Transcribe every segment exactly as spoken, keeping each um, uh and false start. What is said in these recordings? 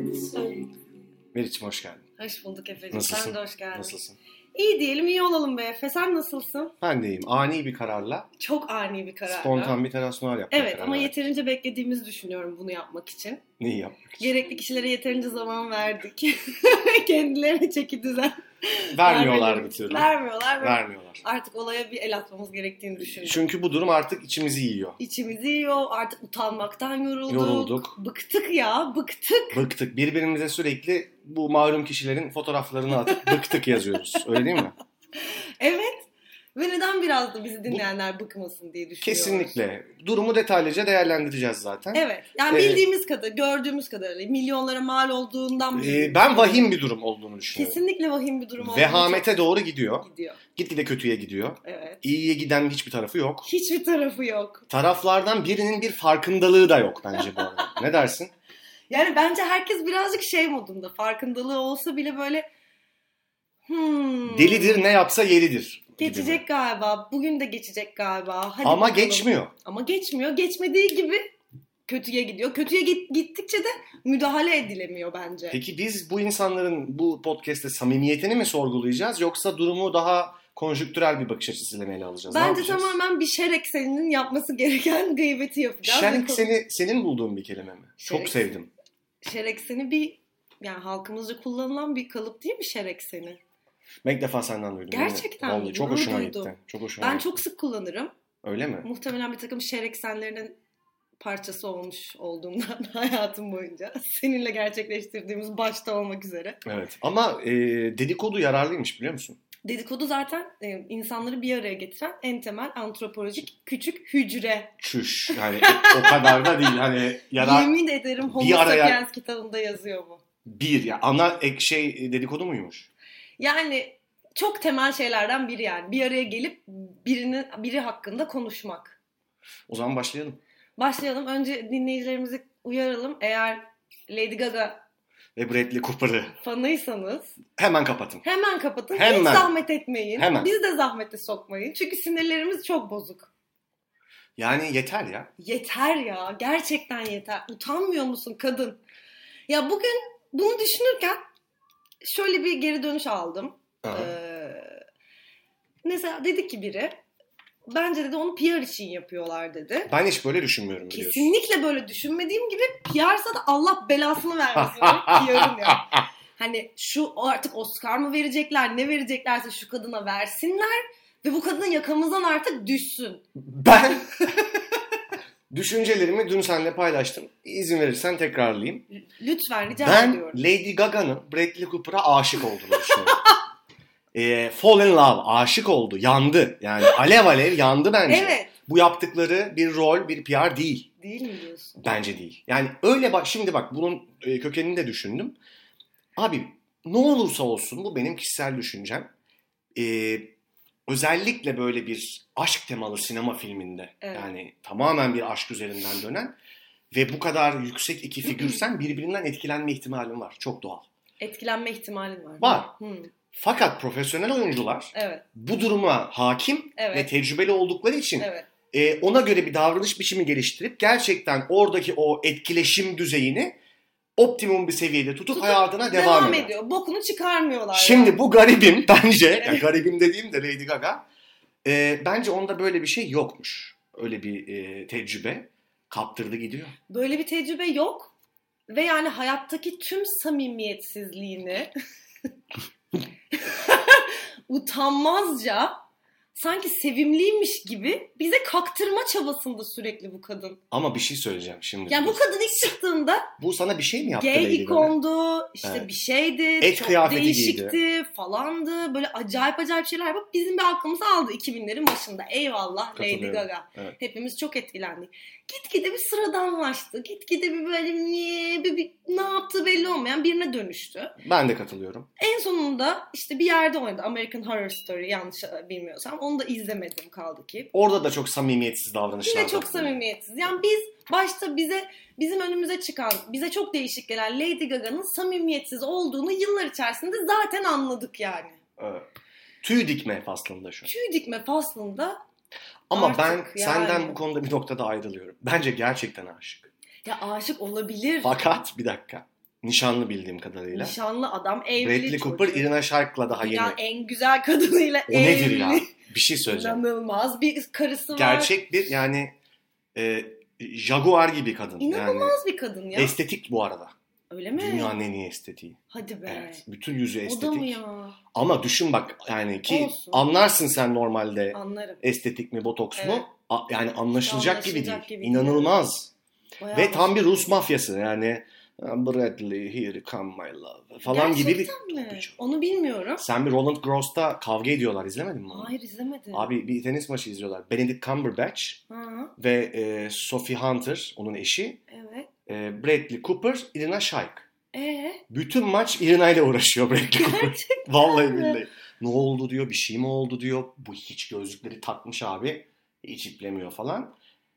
söyle. Meriç'im hoş geldin. Hoş bulduk Efe'cim. Nasılsın? Sen de hoş geldin. Nasılsın? İyi diyelim, iyi olalım be Efe. Sen nasılsın? Ben de iyiyim. Ani bir kararla. Çok ani bir kararla. Spontan bir terasnoir yapmak Evet karar ama verdim. yeterince beklediğimizi düşünüyorum bunu yapmak için. Neyi yapmak için? Gerekli kişilere yeterince zaman verdik. Kendilerine çeki düzen. Vermiyorlar bir türlü. Vermiyorlar. Vermiyorlar. Artık olaya bir el atmamız gerektiğini düşündüm. Çünkü bu durum artık içimizi yiyor. İçimizi yiyor. Artık utanmaktan yorulduk. Yorulduk. Bıktık ya. Bıktık. Bıktık. Birbirimize sürekli bu malum kişilerin fotoğraflarını atıp bıktık yazıyoruz. Öyle değil mi? Evet. Ve neden biraz da bizi dinleyenler bıkmasın diye düşünüyoruz. Kesinlikle. Durumu detaylıca değerlendireceğiz zaten. Evet. Yani Ee, bildiğimiz kadar, gördüğümüz kadarıyla milyonlara mal olduğundan Ee, ben vahim bir durum olduğunu düşünüyorum. Kesinlikle vahim bir durum olduğunu Vehamete doğru gidiyor. gidiyor. Gitgide kötüye gidiyor. Evet. İyiye giden hiçbir tarafı yok. Hiçbir tarafı yok. Taraflardan birinin bir farkındalığı da yok bence bu arada. Ne dersin? Yani bence herkes birazcık şey modunda. Farkındalığı olsa bile böyle hmm, Delidir, ne yapsa yeridir. geçecek galiba. Bugün de geçecek galiba. Hadi Ama bakalım. geçmiyor. Ama geçmiyor. Geçmediği gibi kötüye gidiyor. Kötüye git, gittikçe de müdahale edilemiyor bence. Peki biz bu insanların bu podcast'te samimiyetini mi sorgulayacağız yoksa durumu daha konjüktürel bir bakış açısıyla mı ele alacağız? Ne Bence yapacağız? tamamen bir şer ekseninin yapması gereken gıybeti yapacağız. Şer Ve- ekseni senin bulduğun bir kelime mi? Şer Çok ekseni. sevdim. Şer ekseni bir, yani halkımızca kullanılan bir kalıp değil mi şer ekseni? Ben ilk defa senden duydum. Gerçekten Vallahi mi? çok Gurur hoşuma duydum. gitti. Çok hoşuma Ben gitti. çok sık kullanırım. Öyle mi? Muhtemelen bir takım şer eksenlerinin parçası olmuş olduğumdan hayatım boyunca. Seninle gerçekleştirdiğimiz başta olmak üzere. Evet. Ama e, dedikodu yararlıymış biliyor musun? Dedikodu zaten e, insanları bir araya getiren en temel antropolojik küçük hücre. Çüş. Yani o kadar da değil. Hani yarar... Yemin ederim Homo bir araya- sapiens kitabında yazıyor bu. Bir ya ana ek şey dedikodu muymuş? Yani çok temel şeylerden biri yani. Bir araya gelip birini, biri hakkında konuşmak. O zaman başlayalım. Başlayalım. Önce dinleyicilerimizi uyaralım. Eğer Lady Gaga Ve Bradley Cooper'ı fanıysanız hemen kapatın. hemen kapatın. Hemen. Hiç zahmet etmeyin. Hemen. Bizi de zahmete sokmayın. Çünkü sinirlerimiz çok bozuk. Yani yeter ya. Yeter ya. Gerçekten yeter. Utanmıyor musun kadın? Ya bugün bunu düşünürken şöyle bir geri dönüş aldım. Aha. Ee, mesela dedi ki biri, bence dedi onu P R için yapıyorlar dedi. Ben hiç böyle düşünmüyorum biliyorsun. Kesinlikle böyle düşünmediğim gibi P R'sa da Allah belasını vermesin. P R'ın ya. Hani şu artık Oscar mı verecekler, ne vereceklerse şu kadına versinler ve bu kadının yakamızdan artık düşsün. Ben düşüncelerimi dün seninle paylaştım. İzin verirsen tekrarlayayım. Lütfen rica Ben ediyorum. Lady Gaga'nın Bradley Cooper'a aşık olduğunu düşünüyorum. e, fall in love, aşık oldu, yandı. Yani alev alev yandı bence. Evet. Bu yaptıkları bir rol, bir P R değil. Değil mi diyorsun? Bence değil. Yani öyle bak şimdi bak bunun e, kökenini de düşündüm. Abi ne olursa olsun bu benim kişisel düşüncem. Ee, özellikle böyle bir aşk temalı sinema filminde Evet. yani tamamen bir aşk üzerinden dönen ve bu kadar yüksek iki figürsen birbirinden etkilenme ihtimalin var. Çok doğal. Etkilenme ihtimalin var. Var. Hı. Fakat profesyonel oyuncular Evet. bu duruma hakim Evet. ve tecrübeli oldukları için Evet. e, ona göre bir davranış biçimi geliştirip gerçekten oradaki o etkileşim düzeyini optimum bir seviyede tutup, Tutup hayatına devam, Devam eder. ediyor. Bokunu çıkarmıyorlar. Şimdi yani. bu garibim bence, Evet. yani garibim dediğim de Lady Gaga, e, bence onda böyle bir şey yokmuş. Öyle bir e, tecrübe kaptırdı gidiyor. Böyle bir tecrübe yok. Ve yani hayattaki tüm samimiyetsizliğini utanmazca sanki sevimliymiş gibi bize kaktırma çabasında sürekli bu kadın. Ama bir şey söyleyeceğim şimdi. Yani bu kadın ilk çıktığında Bu sana bir şey mi yaptı gay Lady Gaga? ikondu, işte Evet. bir şeydi, Et çok kıyafeti değişikti falandı. Böyle acayip acayip şeyler yapıp bizim bir aklımızı aldı iki binlerin başında. Eyvallah Lady Katılıyorum. Gaga. Evet. Hepimiz çok etkilendik. Gitgide bir sıradanlaştı. Gitgide bir böyle bir, bir, bir, ne yaptığı belli olmayan birine dönüştü. Ben de katılıyorum. En sonunda işte bir yerde oynadı. American Horror Story, yanlış bilmiyorsam. Onu da izlemedim kaldı ki. Orada da çok samimiyetsiz davranışlar. Yine çok var. samimiyetsiz. Yani biz başta bize bizim önümüze çıkan, bize çok değişik gelen Lady Gaga'nın samimiyetsiz olduğunu yıllar içerisinde zaten anladık yani. Evet. Tüy dikme faslında şu. Tüy dikme faslında Ama artık ben yani. senden bu konuda bir noktada ayrılıyorum. Bence gerçekten aşık. Ya aşık olabilir. Fakat bir dakika. Nişanlı bildiğim kadarıyla. Nişanlı adam, evli. Bradley Cooper, çocuk. Irina Shayk'la daha yeni. Dünyanın en güzel kadınıyla O evli. nedir ya? Bir şey söyleyeceğim. İnanılmaz bir karısı var. Gerçek bir yani e, Jaguar gibi kadın. İnanılmaz yani, bir kadın ya. Estetik bu arada. Öyle mi? Dünyanın en iyi estetiği. Hadi be. Evet. Bütün yüzü estetik. O da mı ya? Ama düşün bak yani ki Olsun. anlarsın sen normalde Anlarım. estetik mi botoks Evet. mu? A- yani anlaşılacak, gibi değil. Anlaşılacak gibi değil. İnanılmaz. Bayağı Ve tam bir başarılı. Rus mafyası yani Bradley, here come my love falan gibi bir... Gerçekten mi? Tabii canım. Onu bilmiyorum. Sen bir Roland Garros'ta kavga ediyorlar, izlemedin mi? Hayır izlemedim. Abi bir tenis maçı izliyorlar. Benedict Cumberbatch Ha, ve e, Sophie Hunter, onun eşi. evet. E, Bradley Cooper, Irina Shayk. Ee, Bütün maç Irina ile uğraşıyor Bradley Cooper. gerçekten Vallahi mi? billahi. Ne oldu diyor, bir şey mi oldu diyor. Bu hiç gözlükleri takmış abi. Hiç iplemiyor falan.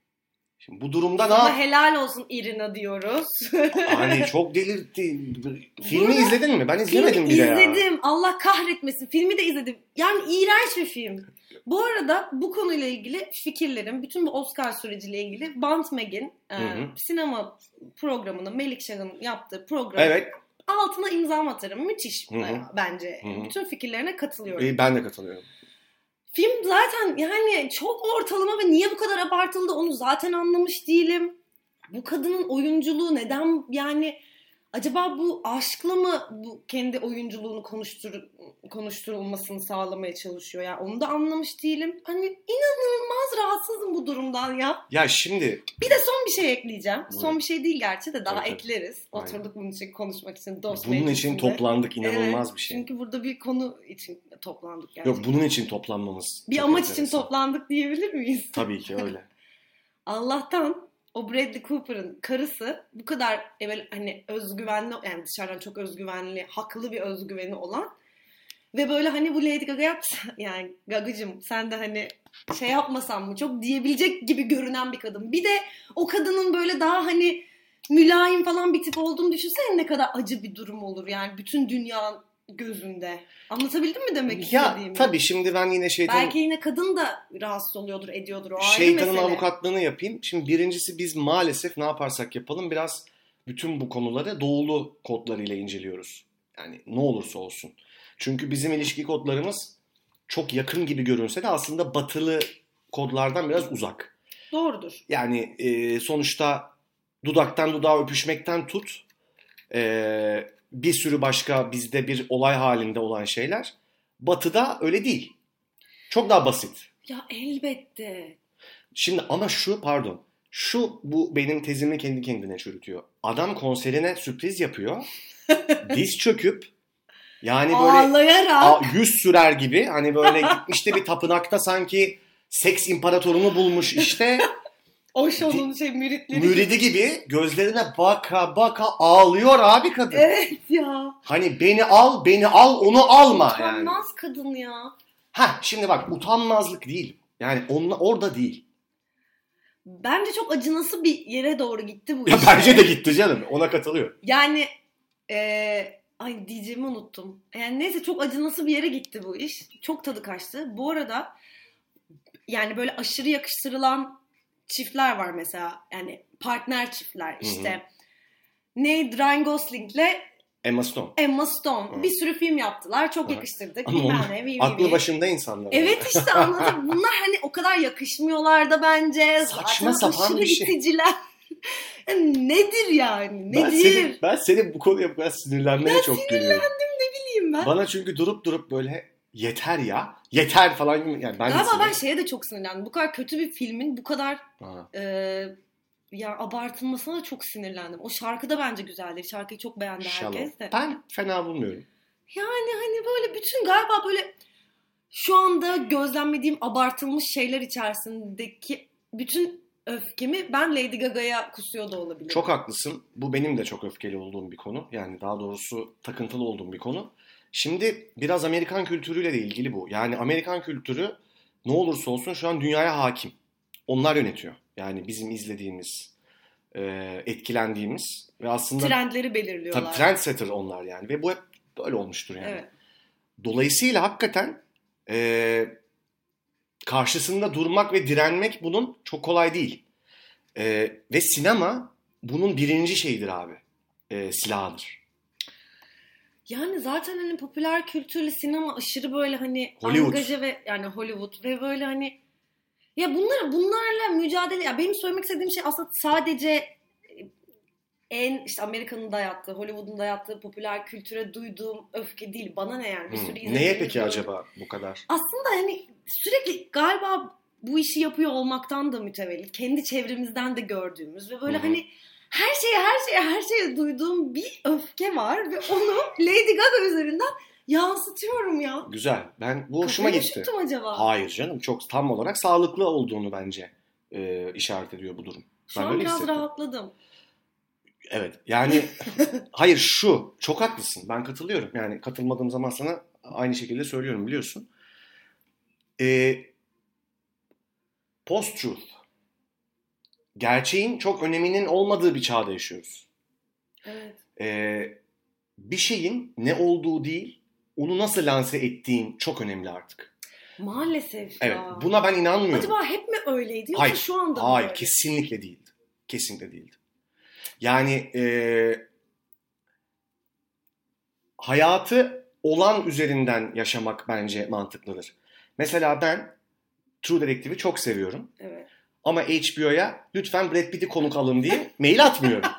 Şimdi bu durumda ne Ama yap? helal olsun Irina diyoruz. Hani çok delirtti. Filmi Burada- izledin mi? Ben izlemedim Filmi bile ya. izledim. Allah kahretmesin. Filmi de izledim. Yani iğrenç bir film. Bu arada bu konuyla ilgili fikirlerim, bütün bu Oscar süreciyle ilgili Bant Meg'in e, Hı hı. sinema programını, Melikşah'ın yaptığı programı Evet. altına imza atarım. Müthiş Hı hı. e, bence. Hı hı. Bütün fikirlerine katılıyorum. E, Ben de katılıyorum. Film zaten yani çok ortalama ve niye bu kadar abartıldı onu zaten anlamış değilim. Bu kadının oyunculuğu neden yani acaba bu aşkla mı bu kendi oyunculuğunu konuştur konuşturulmasını sağlamaya çalışıyor? Yani onu da anlamış değilim. Hani inanılmaz rahatsızım bu durumdan ya. Ya şimdi Bir de son bir şey ekleyeceğim. Buyurun. Son bir şey değil gerçi de daha Tabii, tabii. ekleriz. Aynen. Oturduk bunun için konuşmak için dost bunun için meclisinde. toplandık, inanılmaz Evet, bir şey. Çünkü burada bir konu için toplandık gerçekten. Yok, bunun için toplanmamız. Bir çok amaç için enteresan. toplandık diyebilir miyiz? Tabii ki öyle. Allah'tan o Bradley Cooper'ın karısı bu kadar evvel hani özgüvenli, yani dışarıdan çok özgüvenli, haklı bir özgüveni olan ve böyle hani bu Lady Gaga yapsa yani Gagacığım sen de hani şey yapmasan mı çok diyebilecek gibi görünen bir kadın. Bir de o kadının böyle daha hani mülayim falan bir tip olduğunu düşünsene ne kadar acı bir durum olur yani bütün dünya gözünde. Anlatabildim mi demek Ya istediğimi? tabii şimdi ben yine şeytan, Belki yine kadın da rahatsız oluyordur, ediyordur. O ayrı şeytanın mesele. avukatlığını yapayım. Şimdi birincisi biz maalesef ne yaparsak yapalım biraz bütün bu konuları doğulu kodlarıyla inceliyoruz. Yani ne olursa olsun. Çünkü bizim ilişki kodlarımız çok yakın gibi görünse de aslında batılı kodlardan biraz uzak. Doğrudur. Yani e, sonuçta dudaktan dudağa öpüşmekten tut e, bir sürü başka bizde bir olay halinde olan şeyler. Batı'da öyle değil. Çok daha basit. Ya elbette. Şimdi ama şu pardon. Şu bu benim tezimi kendi kendine çürütüyor. Adam konserine sürpriz yapıyor. Diz çöküp yani böyle Ağlayarak. a, yüz sürer gibi hani böyle gitmiş de bir tapınakta sanki seks imparatorunu bulmuş işte. Osho'nun şey müritleri. Müridi gibi gözlerine baka baka ağlıyor abi kadın. Evet ya. Hani beni al, beni al, onu alma yani. Utanmaz kadın ya. Ha şimdi bak utanmazlık değil. Yani onunla orada değil. Bence çok acınası bir yere doğru gitti bu Ya iş. bence de gitti canım. Ona katılıyor. Yani eee ay diyeceğimi unuttum. Yani neyse çok acınası bir yere gitti bu iş. Çok tadı kaçtı. Bu arada yani böyle aşırı yakıştırılan çiftler var mesela. Yani partner çiftler işte. Hı hı. Neydi? Ryan Gosling'le Emma Stone. Emma Stone. Hı. Bir sürü film yaptılar. Çok Hı. yakıştırdık. Ama Bilmem onlar ne. vi vi aklı vi. başında insanlar. Evet işte anladım. Bunlar hani o kadar yakışmıyorlar da bence. Saçma Zaten sapan aşırı bir şey. iticiler. Yani nedir yani? Ben Nedir? senin, ben senin bu konuya bu kadar sinirlenmene Ben çok gülüyorum. Bileyim ben. Bana çünkü durup durup böyle yeter ya. Yeter falan. Yani ben Galiba de ben şeye de çok sinirlendim. Bu kadar kötü bir filmin bu kadar Ha. e, ya abartılmasına da çok sinirlendim. O şarkı da bence güzeldi. Şarkıyı çok beğendi Shallow. herkes de. Ben fena bulmuyorum. Yani hani böyle bütün galiba böyle şu anda gözlemlediğim abartılmış şeyler içerisindeki bütün öfkemi ben Lady Gaga'ya kusuyor da olabilirim. Çok haklısın. Bu benim de çok öfkeli olduğum bir konu. Yani daha doğrusu takıntılı olduğum bir konu. Şimdi biraz Amerikan kültürüyle de ilgili bu. Yani Amerikan kültürü ne olursa olsun şu an dünyaya hakim. Onlar yönetiyor. Yani bizim izlediğimiz, e, etkilendiğimiz ve aslında trendleri belirliyorlar. tabii trendsetter onlar yani. Ve bu hep böyle olmuştur yani. Evet. Dolayısıyla hakikaten e, karşısında durmak ve direnmek bunun çok kolay değil. E, ve sinema bunun birinci şeyidir abi. E, silahıdır. Yani zaten hani popüler kültürle sinema aşırı böyle hani Hollywood. angaje ve yani Hollywood ve böyle hani ya bunlar bunlarla mücadele ya benim söylemek istediğim şey aslında sadece en işte Amerika'nın dayattığı, Hollywood'un dayattığı popüler kültüre duyduğum öfke değil. Bana ne yani? Bir Hmm. sürü Neye peki izlediğimiz acaba bu kadar? Aslında hani sürekli galiba bu işi yapıyor olmaktan da mütevellit. Kendi çevremizden de gördüğümüz ve böyle Hı hı. hani her şeye her şeye her şeye duyduğum bir öfke var ve onu Lady Gaga üzerinden yansıtıyorum ya. Güzel. Ben bu hoşuma Kafayı gitti. üşüttüm acaba? Hayır canım. Çok tam olarak sağlıklı olduğunu bence e, işaret ediyor bu durum. Şu Ben an öyle biraz hissettim. rahatladım. Evet. Yani hayır şu. Çok haklısın. Ben katılıyorum. Yani katılmadığım zaman sana aynı şekilde söylüyorum biliyorsun. E, post-truth. Gerçeğin çok öneminin olmadığı bir çağda yaşıyoruz. Evet. E, bir şeyin ne olduğu değil, onu nasıl lanse ettiğin çok önemli artık. Maalesef Evet. ya. Buna ben inanmıyorum. Acaba hep mi öyleydi yoksa Hayır, şu anda mı hayır, böyle? kesinlikle değildi. Kesinlikle değildi. Yani e, hayatı olan üzerinden yaşamak bence mantıklıdır. Mesela ben True Detective'i çok seviyorum. Evet. Ama H B O'ya lütfen Brad Pitt'i konuk alın diye mail atmıyorum.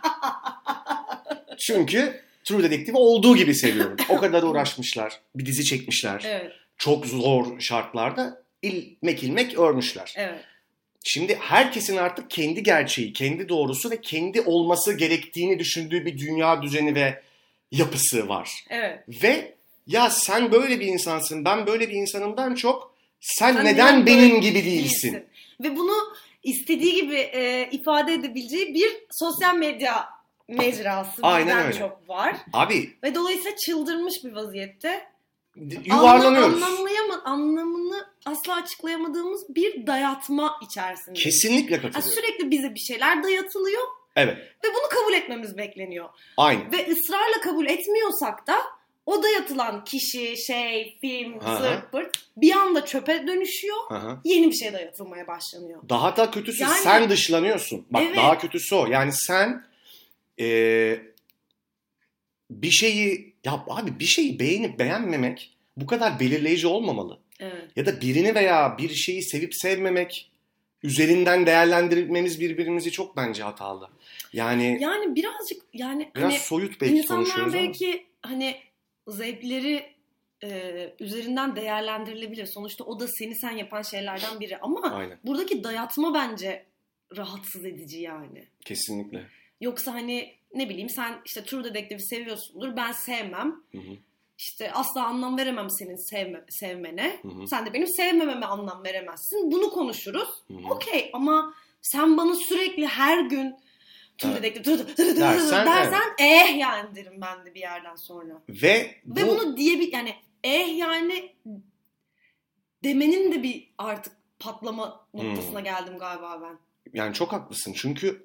Çünkü True Detective'i olduğu gibi seviyorum. O kadar uğraşmışlar, bir dizi çekmişler. Evet. Çok zor şartlarda ilmek ilmek örmüşler. Evet. Şimdi herkesin artık kendi gerçeği, kendi doğrusu ve kendi olması gerektiğini düşündüğü bir dünya düzeni ve yapısı var. Evet. Ve ya sen böyle bir insansın, ben böyle bir insanımdan çok sen, Sen neden neden benim böyle gibi değilsin? değilsin? Ve bunu istediği gibi e, ifade edebileceği bir sosyal medya mecrası Aynen bizden öyle. çok var. Abi Ve dolayısıyla çıldırmış bir vaziyette. yuvarlanıyoruz. Anlamlayama, anlamını asla açıklayamadığımız bir dayatma içerisinde. Kesinlikle Yani katılıyorum. sürekli bize bir şeyler dayatılıyor Evet. ve bunu kabul etmemiz bekleniyor. Aynı. Ve ısrarla kabul etmiyorsak da o dayatılan kişi, şey, film, Aha. zırt pırt bir anda çöpe dönüşüyor. Aha. Yeni bir şey dayatılmaya başlanıyor. Daha da kötüsü Yani- sen dışlanıyorsun. Bak Evet. daha kötüsü o. Yani sen eee, bir şeyi ya abi bir şeyi beğenip beğenmemek bu kadar belirleyici olmamalı. Evet. Ya da birini veya bir şeyi sevip sevmemek üzerinden değerlendirmemiz birbirimizi çok bence hatalı. Yani Yani birazcık yani biraz hani soyut belki insanlar konuşuyoruz ama. belki hani zevkleri e, üzerinden değerlendirilebilir. Sonuçta o da seni sen yapan şeylerden biri. Ama Aynen. buradaki dayatma bence rahatsız edici yani. Kesinlikle. Yoksa hani ne bileyim sen işte True Detective'i seviyorsundur. Ben sevmem. Hı hı. İşte asla anlam veremem senin sevme, sevmene. Hı hı. Sen de benim sevmememe anlam veremezsin. Bunu konuşuruz. Hı hı. Okey ama sen bana sürekli her gün True Evet. Detective tır tır tır tır Dersen, dersen eh yani derim ben de bir yerden sonra. Ve bu Ve bunu diyebil yani eh yani demenin de bir artık patlama noktasına Hmm. geldim galiba ben. yani çok haklısın. Çünkü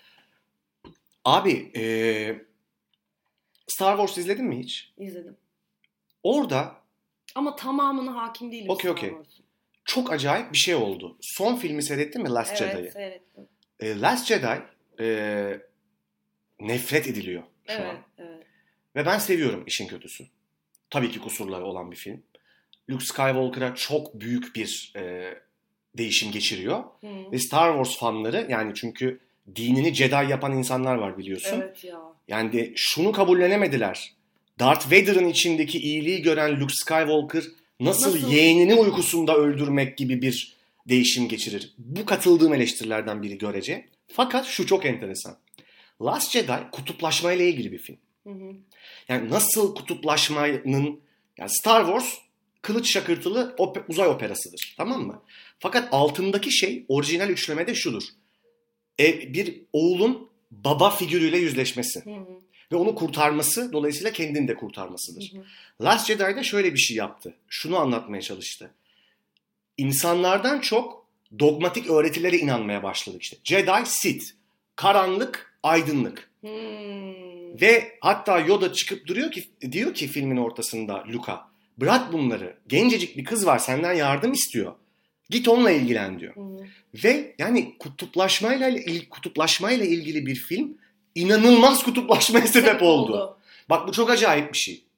abi eee, Star Wars izledin mi hiç? İzledim. Orada Ama tamamına hakim değilim. Okey, Star okey. Wars'un. çok acayip bir şey oldu. Son filmi seyrettin mi Last Jedi'yi? Evet, seyrettim. E, Last Jedi e, nefret ediliyor şu Evet, an. evet. Ve ben seviyorum işin kötüsü. Tabii ki kusurları olan bir film. Luke Skywalker'a çok büyük bir e, değişim geçiriyor. Hı. Ve Star Wars fanları yani çünkü dinini Jedi yapan insanlar var biliyorsun. Evet ya. Yani de şunu kabullenemediler. Darth Vader'ın içindeki iyiliği gören Luke Skywalker nasıl, Nasıl? yeğenini uykusunda öldürmek gibi bir değişim geçirir. Bu katıldığım eleştirilerden biri görece. Fakat şu çok enteresan. Last Jedi kutuplaşmayla ilgili bir film. Hı hı. Yani nasıl kutuplaşmanın yani Star Wars kılıç şakırtılı op- uzay operasıdır. Tamam mı? Fakat altındaki şey orijinal üçlemede şudur. E, bir oğlun baba figürüyle yüzleşmesi. Hı hı. Ve onu kurtarması dolayısıyla kendini de kurtarmasıdır. Hı hı. Last Jedi'de şöyle bir şey yaptı. Şunu anlatmaya çalıştı. İnsanlardan çok dogmatik öğretilere inanmaya başladık işte. Jedi, Sith, karanlık, aydınlık. Hmm. Ve hatta Yoda çıkıp duruyor ki diyor ki filmin ortasında Luke'a bırak bunları. Gencecik bir kız var senden yardım istiyor. Git onunla ilgilen diyor. Hı hı. Ve yani kutuplaşmayla il- kutuplaşmayla ilgili bir film inanılmaz kutuplaşmaya sebep oldu. Bak bu çok acayip bir şey.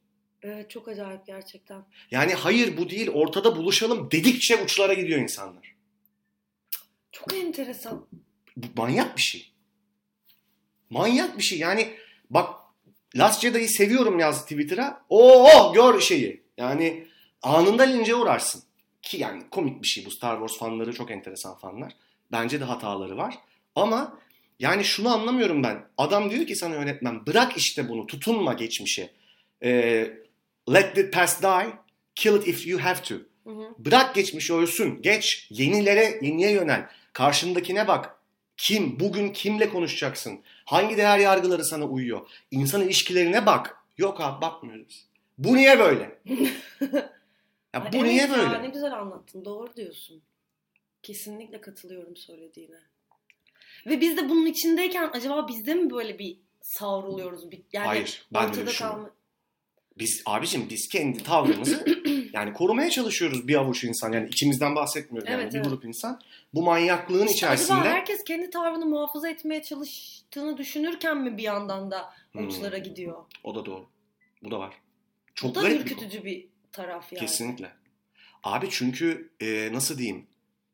Evet, çok acayip gerçekten. Yani hayır bu değil, ortada buluşalım dedikçe uçlara gidiyor insanlar. Çok enteresan. Bu manyak bir şey. Manyak bir şey. Yani bak, Last Jedi'yi seviyorum yaz Twitter'a. Oo gör şeyi. Yani anında lince uğrarsın. Ki yani komik bir şey bu. Star Wars fanları çok enteresan fanlar. Bence de hataları var. Ama yani şunu anlamıyorum ben. Adam diyor ki sana, yönetmen, bırak işte bunu. Tutunma geçmişe. Ee, let the past die. Kill it if you have to. Hı hı. Bırak geçmişi ölsün. Geç. Yenilere, yeniye yönel. Karşındakine bak. Kim? Bugün kimle konuşacaksın? Hangi değer yargıları sana uyuyor? İnsan ilişkilerine bak. Yok abi, bakmıyoruz. Bu niye böyle? Ya bu evet niye ya, böyle? ne güzel anlattın. Doğru diyorsun. Kesinlikle katılıyorum söylediğine. Ve biz de bunun içindeyken acaba biz de mi böyle bir savruluyoruz? Bir, yani Hayır, ben de ortada düşünüyorum. kalma... Biz abicim biz kendi tavrımızı yani korumaya çalışıyoruz, bir avuç insan. Yani içimizden bahsetmiyoruz, yani Evet, bir evet. grup insan. Bu manyaklığın İşte içerisinde... acaba herkes kendi tavrını muhafaza etmeye çalıştığını düşünürken mi bir yandan da uçlara Hmm. gidiyor? O da doğru. Bu da var. Çok Bu da garip bir ürkütücü konu. bir taraf yani. Kesinlikle. Abi çünkü e, nasıl diyeyim?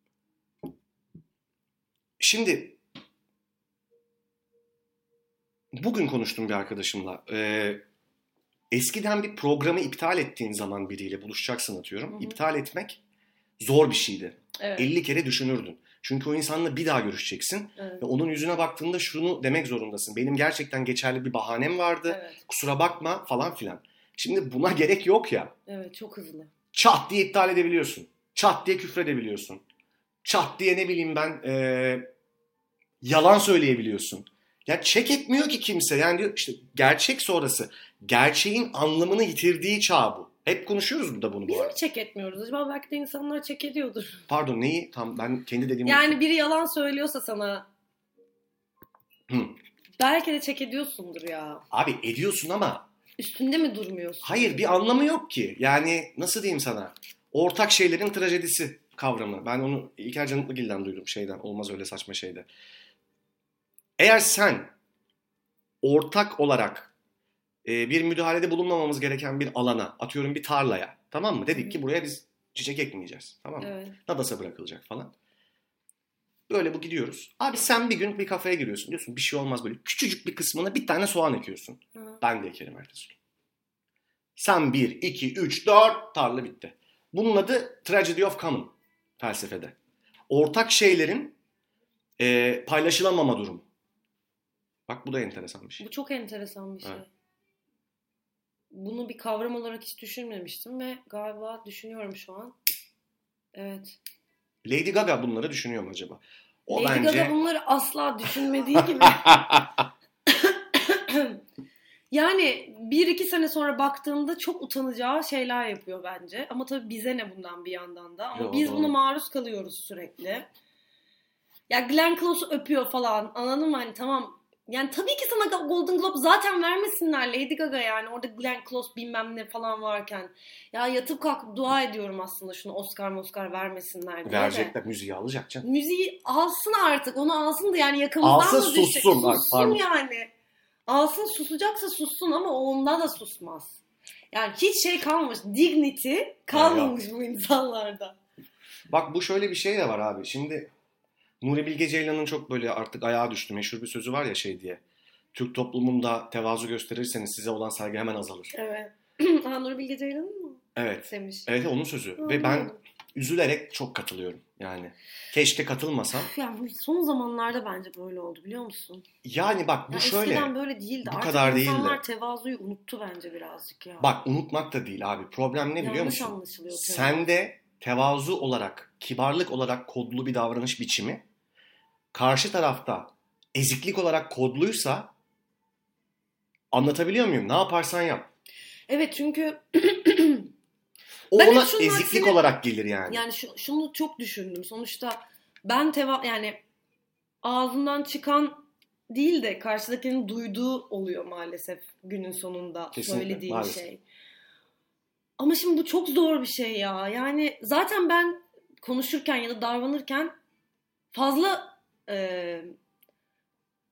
Şimdi bugün konuştum bir arkadaşımla. E, eskiden bir programı iptal ettiğin zaman biriyle buluşacaksın atıyorum. Hı hı. İptal etmek zor bir şeydi. Evet. elli kere düşünürdün. Çünkü o insanla bir daha görüşeceksin. Evet. Ve onun yüzüne baktığında şunu demek zorundasın. Benim gerçekten geçerli bir bahanem vardı. Evet. Kusura bakma falan filan. Şimdi buna gerek yok ya. Evet, çok hızlı. Çat diye iptal edebiliyorsun. Çat diye küfredebiliyorsun. Çat diye ne bileyim ben ee, yalan söyleyebiliyorsun. Ya check etmiyor ki kimse. Yani diyor işte, gerçek sonrası. Gerçeğin anlamını yitirdiği çağ bu. Hep konuşuyoruz burada bunu Biz bu mi arada. çek etmiyoruz? Acaba belki de insanlar çek ediyordur. Pardon, neyi? Tam ben kendi dediğimi Yani unuttum. biri yalan söylüyorsa sana Hı. belki de çek ediyorsundur ya. Abi ediyorsun ama Üstünde mi durmuyorsun? hayır, bir anlamı yok ki. Yani nasıl diyeyim sana? Ortak şeylerin trajedisi kavramı. Ben onu İlker Canıtlıgil'den duydum, şeyden. Olmaz öyle saçma şeyde. Eğer sen ortak olarak e, bir müdahalede bulunmamamız gereken bir alana, atıyorum bir tarlaya, tamam mı? Dedik ki buraya biz çiçek ekmeyeceğiz. Tamam mı? Evet. Nadasa bırakılacak falan. Böyle bu gidiyoruz. Abi sen bir gün bir kafeye giriyorsun. Diyorsun bir şey olmaz, böyle küçücük bir kısmına bir tane soğan ekiyorsun. Hı. Ben de ekerim ertesi gün. Sen bir, iki, üç, dört, tarla bitti. Bunun adı Tragedy of Common felsefede. Ortak şeylerin e, paylaşılamama durumu. Bak bu da enteresan bir şey. Bu çok enteresan bir şey. Evet. Bunu bir kavram olarak hiç düşünmemiştim ve galiba düşünüyorum şu an. Evet. Lady Gaga bunları düşünüyor mu acaba? O Lady bence... Gaga bunları asla düşünmediği gibi. Yani bir iki sene sonra baktığında çok utanacağı şeyler yapıyor bence. Ama tabii bize ne bundan bir yandan da. Ama Yo, biz doğru. buna maruz kalıyoruz sürekli. Ya Glenn Close'u öpüyor falan. Anladın mı? Hani tamam. Yani tabii ki sana Golden Globe zaten vermesinler Lady Gaga yani. Orada Glenn Close bilmem ne falan varken. Ya yatıp kalkıp dua ediyorum aslında şunu Oscar Oscar vermesinler diye Verecekler, de. müziği alacak canım. Müziği alsın artık. Onu alsın da yani yakamızdan Alsın, mı düşecek? sussun. Bak, Sussun pardon. yani. Alsın, susacaksa sussun ama onda da susmaz. Yani hiç şey kalmamış. Dignity kalmamış bu insanlarda. Bak bu şöyle bir şey de var abi. Şimdi Nuri Bilge Ceylan'ın çok böyle artık ayağa düştü. Meşhur bir sözü var ya şey diye. Türk toplumunda tevazu gösterirseniz size olan saygı hemen azalır. Evet. Ha, Nuri Bilge Ceylan'ın mı? Evet. Demiş. Evet, onun sözü. Hı, Ve ben hı. üzülerek çok katılıyorum yani. Keşke katılmasam. Yani son zamanlarda bence böyle oldu biliyor musun? Yani bak bu Ya şöyle. eskiden böyle değildi. Bu Artık kadar insanlar değildi. tevazuyu unuttu bence birazcık ya. Bak unutmak da değil abi. Problem ne biliyor Yanlış musun? anlaşılıyor. Sende tevazu olarak, kibarlık olarak kodlu bir davranış biçimi, karşı tarafta eziklik olarak kodluysa, anlatabiliyor muyum? Ne yaparsan yap. Evet çünkü O Ben ona hep şunun eziklik aksine- olarak gelir yani. yani şu, şunu çok düşündüm. Sonuçta ben teva yani ağzından çıkan değil de karşıdakinin duyduğu oluyor maalesef günün sonunda Kesinlikle, söylediğin maalesef. şey. Ama şimdi bu çok zor bir şey ya. Yani zaten ben konuşurken ya da davranırken fazla e,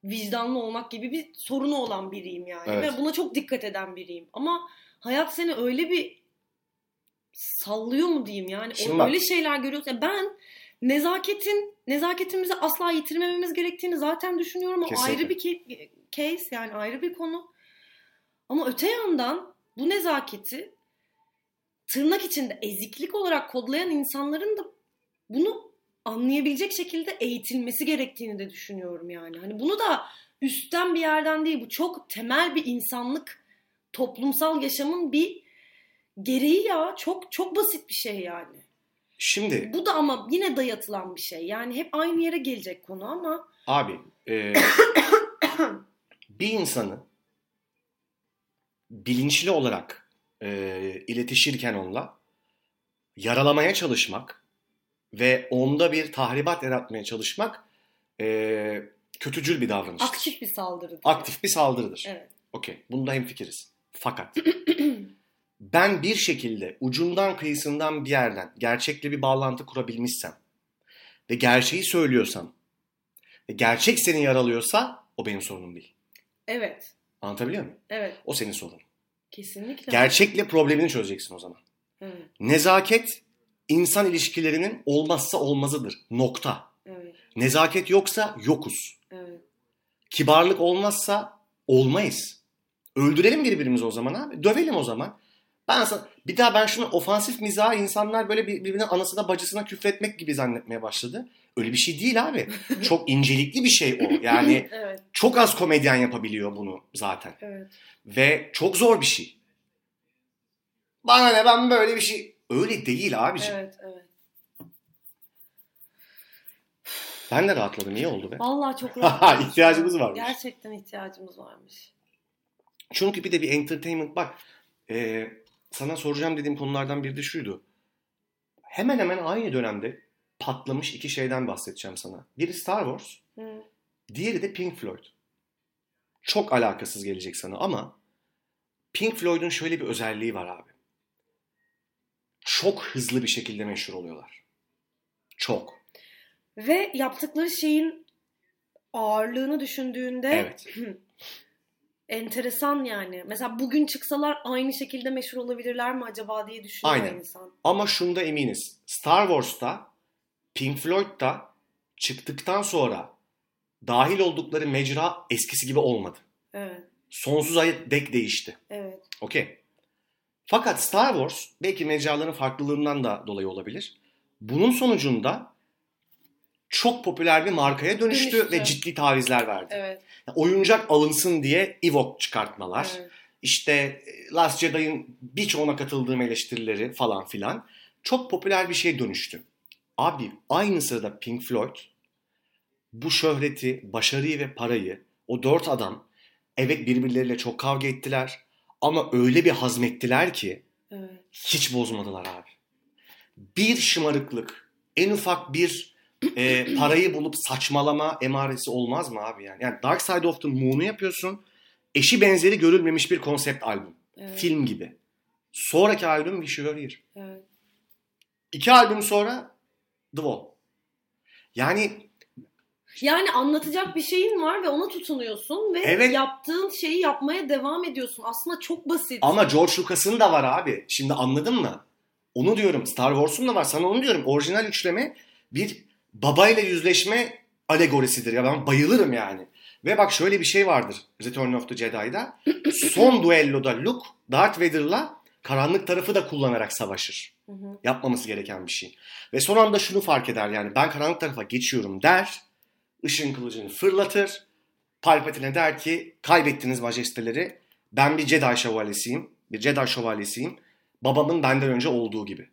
vicdanlı olmak gibi bir sorunu olan biriyim yani. Evet. Ve buna çok dikkat eden biriyim. Ama hayat seni öyle bir sallıyor mu diyeyim yani. O, öyle şeyler görüyorsun. Yani ben nezaketin, nezaketimizi asla yitirmememiz gerektiğini zaten düşünüyorum. O Kesinlikle. ayrı bir ke- case yani ayrı bir konu. Ama öte yandan bu nezaketi tırnak içinde eziklik olarak kodlayan insanların da bunu anlayabilecek şekilde eğitilmesi gerektiğini de düşünüyorum yani. Hani bunu da üstten bir yerden değil, bu çok temel bir insanlık, toplumsal yaşamın bir gereği ya. Çok çok basit bir şey yani. Şimdi bu da ama yine dayatılan bir şey. Yani hep aynı yere gelecek konu ama. Abi e, bir insanı bilinçli olarak e, iletişirken onunla yaralamaya çalışmak ve onda bir tahribat yaratmaya çalışmak e, kötücül bir davranıştır. Aktif bir saldırıdır. Aktif bir saldırıdır. Evet. Okey. Bunda hemfikiriz. Fakat ben bir şekilde ucundan kıyısından bir yerden gerçekle bir bağlantı kurabilmişsem ve gerçeği söylüyorsam ve gerçek seni yaralıyorsa o benim sorunum değil. Evet. Anlatabiliyor muyum? Evet. O senin sorunun. Kesinlikle. Gerçekle problemini çözeceksin o zaman. Evet. Nezaket insan ilişkilerinin olmazsa olmazıdır. Nokta. Evet. Nezaket yoksa yokuz. Evet. Kibarlık olmazsa olmayız. Öldürelim birbirimizi o zaman abi. Dövelim o zaman. Ben sana, bir daha ben şunu ofansif mizahı insanlar böyle birbirine anasına bacısına küfretmek gibi zannetmeye başladı. Öyle bir şey değil abi. Çok incelikli bir şey o. Yani evet. çok az komedyen yapabiliyor bunu zaten. Evet. Ve çok zor bir şey. Bana ne, ben böyle bir şey. Öyle değil abiciğim. Evet, evet. Ben de rahatladım. İyi oldu be. Vallahi çok rahat. İhtiyacımız varmış. Gerçekten ihtiyacımız varmış. Çünkü bir de bir entertainment bak. E, sana soracağım dediğim konulardan biri de şuydu. Hemen hemen aynı dönemde patlamış iki şeyden bahsedeceğim sana. Biri Star Wars. Hı. Diğeri de Pink Floyd. Çok alakasız gelecek sana ama Pink Floyd'un şöyle bir özelliği var abi. Çok hızlı bir şekilde meşhur oluyorlar. Çok. Ve yaptıkları şeyin ağırlığını düşündüğünde Evet. enteresan yani. Mesela bugün çıksalar aynı şekilde meşhur olabilirler mi acaba diye düşünüyor Aynen. insan. Ama şunda eminiz. Star Wars'ta, Pink Floyd'da çıktıktan sonra dahil oldukları mecra eskisi gibi olmadı. Evet. Sonsuza dek değişti. Evet. Okey. Fakat Star Wars belki mecraların farklılığından da dolayı olabilir. Bunun sonucunda çok popüler bir markaya dönüştü, Dönüştü. ve ciddi tavizler verdi. Evet. Yani oyuncak alınsın diye Ewok çıkartmalar. Evet. İşte Last Jedi'ın birçoğuna katıldığım eleştirileri falan filan. Çok popüler bir şeye dönüştü. Abi aynı sırada Pink Floyd bu şöhreti, başarıyı ve parayı, o dört adam evet birbirleriyle çok kavga ettiler ama öyle bir hazmettiler ki Evet. hiç bozmadılar abi. Bir şımarıklık, en ufak bir e, parayı bulup saçmalama emaresi olmaz mı abi yani? Yani Dark Side of the Moon'u yapıyorsun. Eşi benzeri görülmemiş bir konsept albüm. Evet. Film gibi. Sonraki albüm Wish You Were Here. Evet. İki albüm sonra The Wall. Yani Yani anlatacak bir şeyin var ve ona tutunuyorsun ve Evet. yaptığın şeyi yapmaya devam ediyorsun. Aslında çok basit. ama George Lucas'ın da var abi. Şimdi anladın mı? Onu diyorum. Star Wars'un da var. Sana onu diyorum. Orijinal üçleme bir babayla yüzleşme alegorisidir. Ya ben bayılırım yani. Ve bak şöyle bir şey vardır Return of the Jedi'da. Son duelloda Luke Darth Vader'la karanlık tarafı da kullanarak savaşır. Hı hı. Yapmaması gereken bir şey. Ve son anda şunu fark eder yani. Ben karanlık tarafa geçiyorum der. Işın kılıcını fırlatır. Palpatine der ki kaybettiniz majesteleri. Ben bir Jedi şövalyesiyim. Bir Jedi şövalyesiyim. Babamın benden önce olduğu gibi.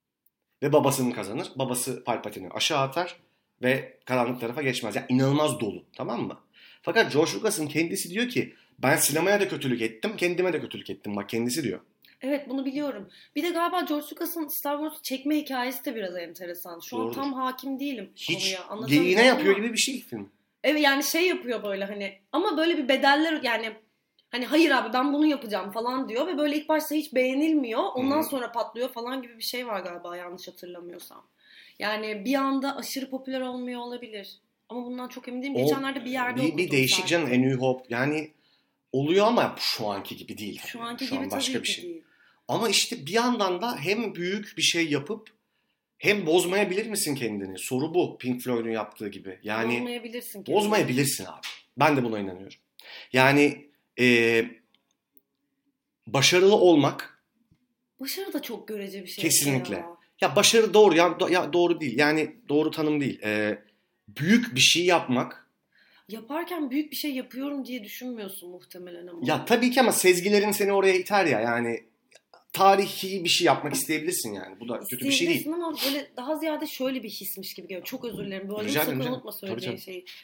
Ve babasını kazanır. Babası Palpatine'i aşağı atar. Ve karanlık tarafa geçmez. Yani inanılmaz dolu. Tamam mı? Fakat George Lucas'ın kendisi diyor ki ben sinemaya da kötülük ettim. Kendime de kötülük ettim. Bak kendisi diyor. Evet bunu biliyorum. Bir de galiba George Lucas'ın Star Wars'u çekme hikayesi de biraz enteresan. Şu Doğrudur. an tam hakim değilim Hiç konuya. Anlatamıyorum geyiğine yapıyor ama- gibi bir şey film. Evet yani şey yapıyor böyle hani ama böyle bir bedeller yani hani hayır abi ben bunu yapacağım falan diyor ve böyle ilk başta hiç beğenilmiyor. Ondan Hı. sonra patlıyor falan gibi bir şey var galiba yanlış hatırlamıyorsam. Yani bir anda aşırı popüler olmuyor olabilir. Ama bundan çok emin değilim. O, Geçenlerde bir yerde bir, okudum. bir değişik canım. A New Hope yani oluyor ama şu anki gibi değil. Şu anki şu gibi an başka tabii bir ki şey. değil. Ama işte bir yandan da hem büyük bir şey yapıp hem bozmayabilir misin kendini? Soru bu. Pink Floyd'un yaptığı gibi. Yani Bozmayabilirsin kendini. Bozmayabilirsin abi. Ben de buna inanıyorum. Yani e, başarılı olmak Başarı da çok görece bir şey. kesinlikle. Ya. ya başarı doğru ya, do, ya doğru değil. Yani doğru tanım değil. E, büyük bir şey yapmak. Yaparken büyük bir şey yapıyorum diye düşünmüyorsun muhtemelen ama. Ya tabii ki ama sezgilerin seni oraya iter ya. Yani tarihi bir şey yapmak isteyebilirsin yani. Bu da kötü bir şey değil. Ama böyle daha ziyade şöyle bir hismiş gibi geliyor. Çok özür dilerim. Bu arada Rica sakın ederim. unutma Tabii, söyleyeceğin tabii. şeyi.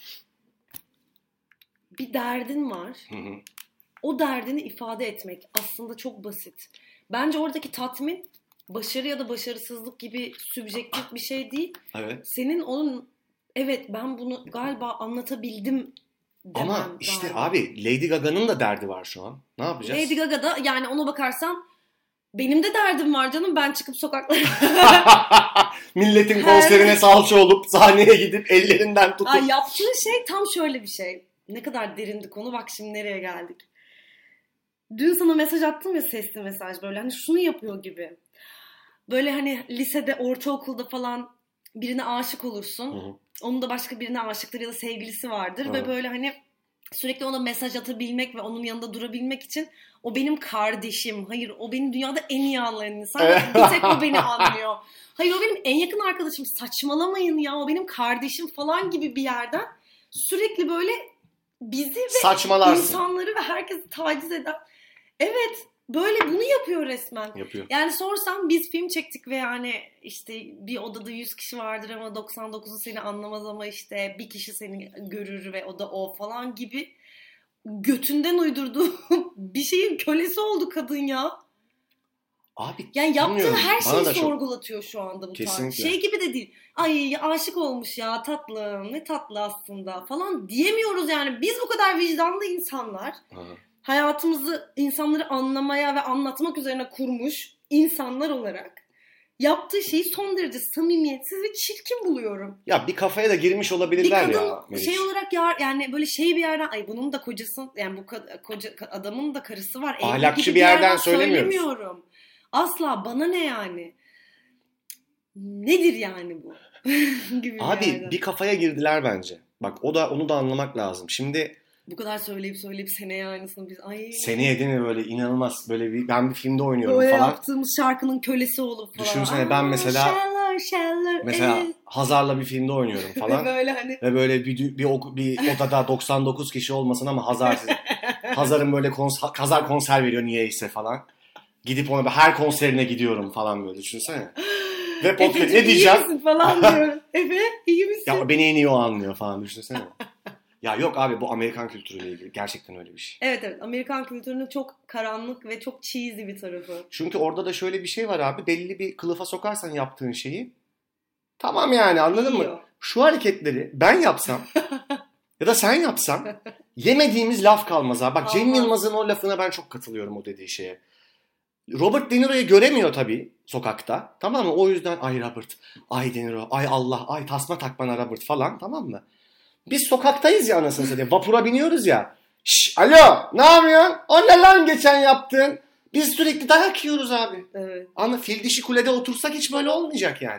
Bir derdin var. Hı hı. O derdini ifade etmek aslında çok basit. Bence oradaki tatmin başarı ya da başarısızlık gibi sübjektif bir şey değil. Evet. Senin onun evet ben bunu galiba anlatabildim demem. Ama işte galiba. abi Lady Gaga'nın da derdi var şu an. Ne yapacağız? Lady Gaga'da yani ona bakarsan benim de derdim var canım. Ben çıkıp sokaklara... Milletin konserine salça olup sahneye gidip ellerinden tutup. Ay, yaptığı şey tam şöyle bir şey. Ne kadar derindi konu. Bak şimdi nereye geldik. Dün sana mesaj attım ya, sesli mesaj böyle. Hani şunu yapıyor gibi. Böyle hani lisede, ortaokulda falan birine aşık olursun. Hı hı. Onun da başka birine aşıktır ya da sevgilisi vardır. Hı. Ve böyle hani sürekli ona mesaj atabilmek ve onun yanında durabilmek için o benim kardeşim. Hayır, o benim dünyada en iyi anlayan insan. Bir tek o beni anlıyor. Hayır, o benim en yakın arkadaşım. Saçmalamayın ya, o benim kardeşim falan gibi bir yerden sürekli böyle bizi ve Saçmalarsın. insanları ve herkesi taciz eden. Evet, böyle bunu yapıyor resmen. Yapıyor. Yani sorsam biz film çektik ve yani işte bir odada yüz kişi vardır ama doksan dokuzu seni anlamaz ama işte bir kişi seni görür ve o da o falan gibi götünden uydurduğu bir şeyin kölesi oldu kadın ya. Abi Yani yaptığı bilmiyorum. her Bana şeyi da çok- sorgulatıyor şu anda bu tarz. Kesinlikle. Şey gibi de değil. Ay aşık olmuş ya, tatlım, ne tatlı aslında falan diyemiyoruz yani. Biz bu kadar vicdanlı insanlar, Hı. hayatımızı insanları anlamaya ve anlatmak üzerine kurmuş insanlar olarak yaptığı şeyi son derece samimiyetsiz ve çirkin buluyorum. Ya bir kafaya da girmiş Bir olabilirler kadın ya. Meriç. şey olarak ya, yani böyle şey bir yerden, ay bunun da kocası, yani bu ka- koca adamın da karısı var. evli Ahlakçı gibi bir yerden yerden söylemiyoruz. söylemiyorum. Asla, bana ne yani? Nedir yani bu? gibi bir Abi yerden. bir kafaya girdiler bence. Bak o da onu da anlamak lazım. Şimdi Bu kadar söyleyip söyleyip seneye aynısını biz ay seneye değil mi böyle inanılmaz böyle bir, ben bir filmde oynuyorum böyle falan. yaptığımız şarkının kölesi olup falan. Düşünsene ben mesela- Shallow, shallow, Mesela eh. Hazar'la bir filmde oynuyorum falan. böyle hani Ve böyle bir, bir, oku- bir odada doksan dokuz kişi olmasın ama Hazar Hazar'ın böyle konser, Hazar konser veriyor niyeyse falan. Gidip ona her konserine gidiyorum falan böyle düşünsene. Ve podcast Efe'cim, ne diyeceğim? iyi misin falan diyor. Efe iyi misin? Ya beni en iyi o anlıyor falan düşünsene. Ya yok abi bu Amerikan kültürüyle ilgili gerçekten öyle bir şey. Evet evet, Amerikan kültürünün çok karanlık ve çok cheesy bir tarafı. Çünkü orada da şöyle bir şey var abi, belli bir kılıfa sokarsan yaptığın şeyi tamam yani anladın Yiyor. mı? Şu hareketleri ben yapsam ya da sen yapsan yemediğimiz laf kalmaz abi. Bak Cem Kalmaz. Yılmaz'ın o lafına ben çok katılıyorum, o dediği şeye. Robert De Niro'yu göremiyor tabii sokakta. Tamam mı? O yüzden ay Robert, ay De Niro, ay Allah, ay tasma tak bana Robert falan, tamam mı? Biz sokaktayız ya anasını satayım. Vapura biniyoruz ya. Şş, alo ne yapıyorsun? O ne lan geçen yaptın? Biz sürekli dayak yiyoruz abi. Evet. Ama fil dişi kulede otursak hiç böyle olmayacak yani.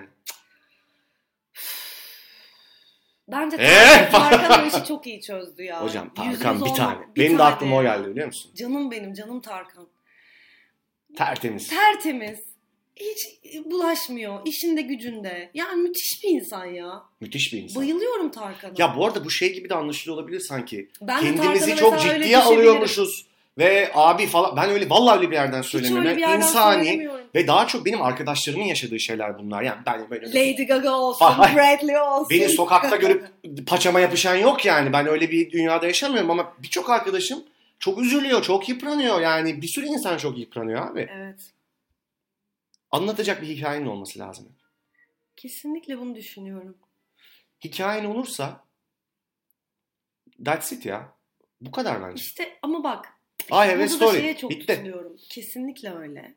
Bence Ee? Tarkan, Tarkan o işi çok iyi çözdü ya. Hocam Yüz Tarkan yüz bir olma- tane. bir Benim de tane aklıma o ya. geldi biliyor musun? Canım benim, canım Tarkan. Tertemiz. Tertemiz. Hiç bulaşmıyor. İşinde gücünde. Yani müthiş bir insan ya. Müthiş bir insan. Bayılıyorum Tarkan'a. Ya bu arada bu şey gibi de anlaşılıyor olabilir sanki. Ben de Kendimizi Tarkan'a çok mesela öyle ciddiye düşebilirim. alıyormuşuz. Ve abi falan, ben öyle vallahi öyle bir yerden Hiç söylemiyorum. öyle bir Yani yerden insani söylemiyorum. ve daha çok benim arkadaşlarımın yaşadığı şeyler bunlar. Yani ben böyle Lady Gaga olsun, Ay, Bradley olsun. beni sokakta görüp paçama yapışan yok yani. Ben öyle bir dünyada yaşamıyorum ama birçok arkadaşım çok üzülüyor, çok yıpranıyor. Yani bir sürü insan çok yıpranıyor abi. Evet. Anlatacak bir hikayenin olması lazım. Kesinlikle bunu düşünüyorum. Hikayen olursa that's it ya. Bu kadar bence. İşte ama bak. I have a burada da story. şeye çok Bitti. tutuluyorum. Kesinlikle öyle.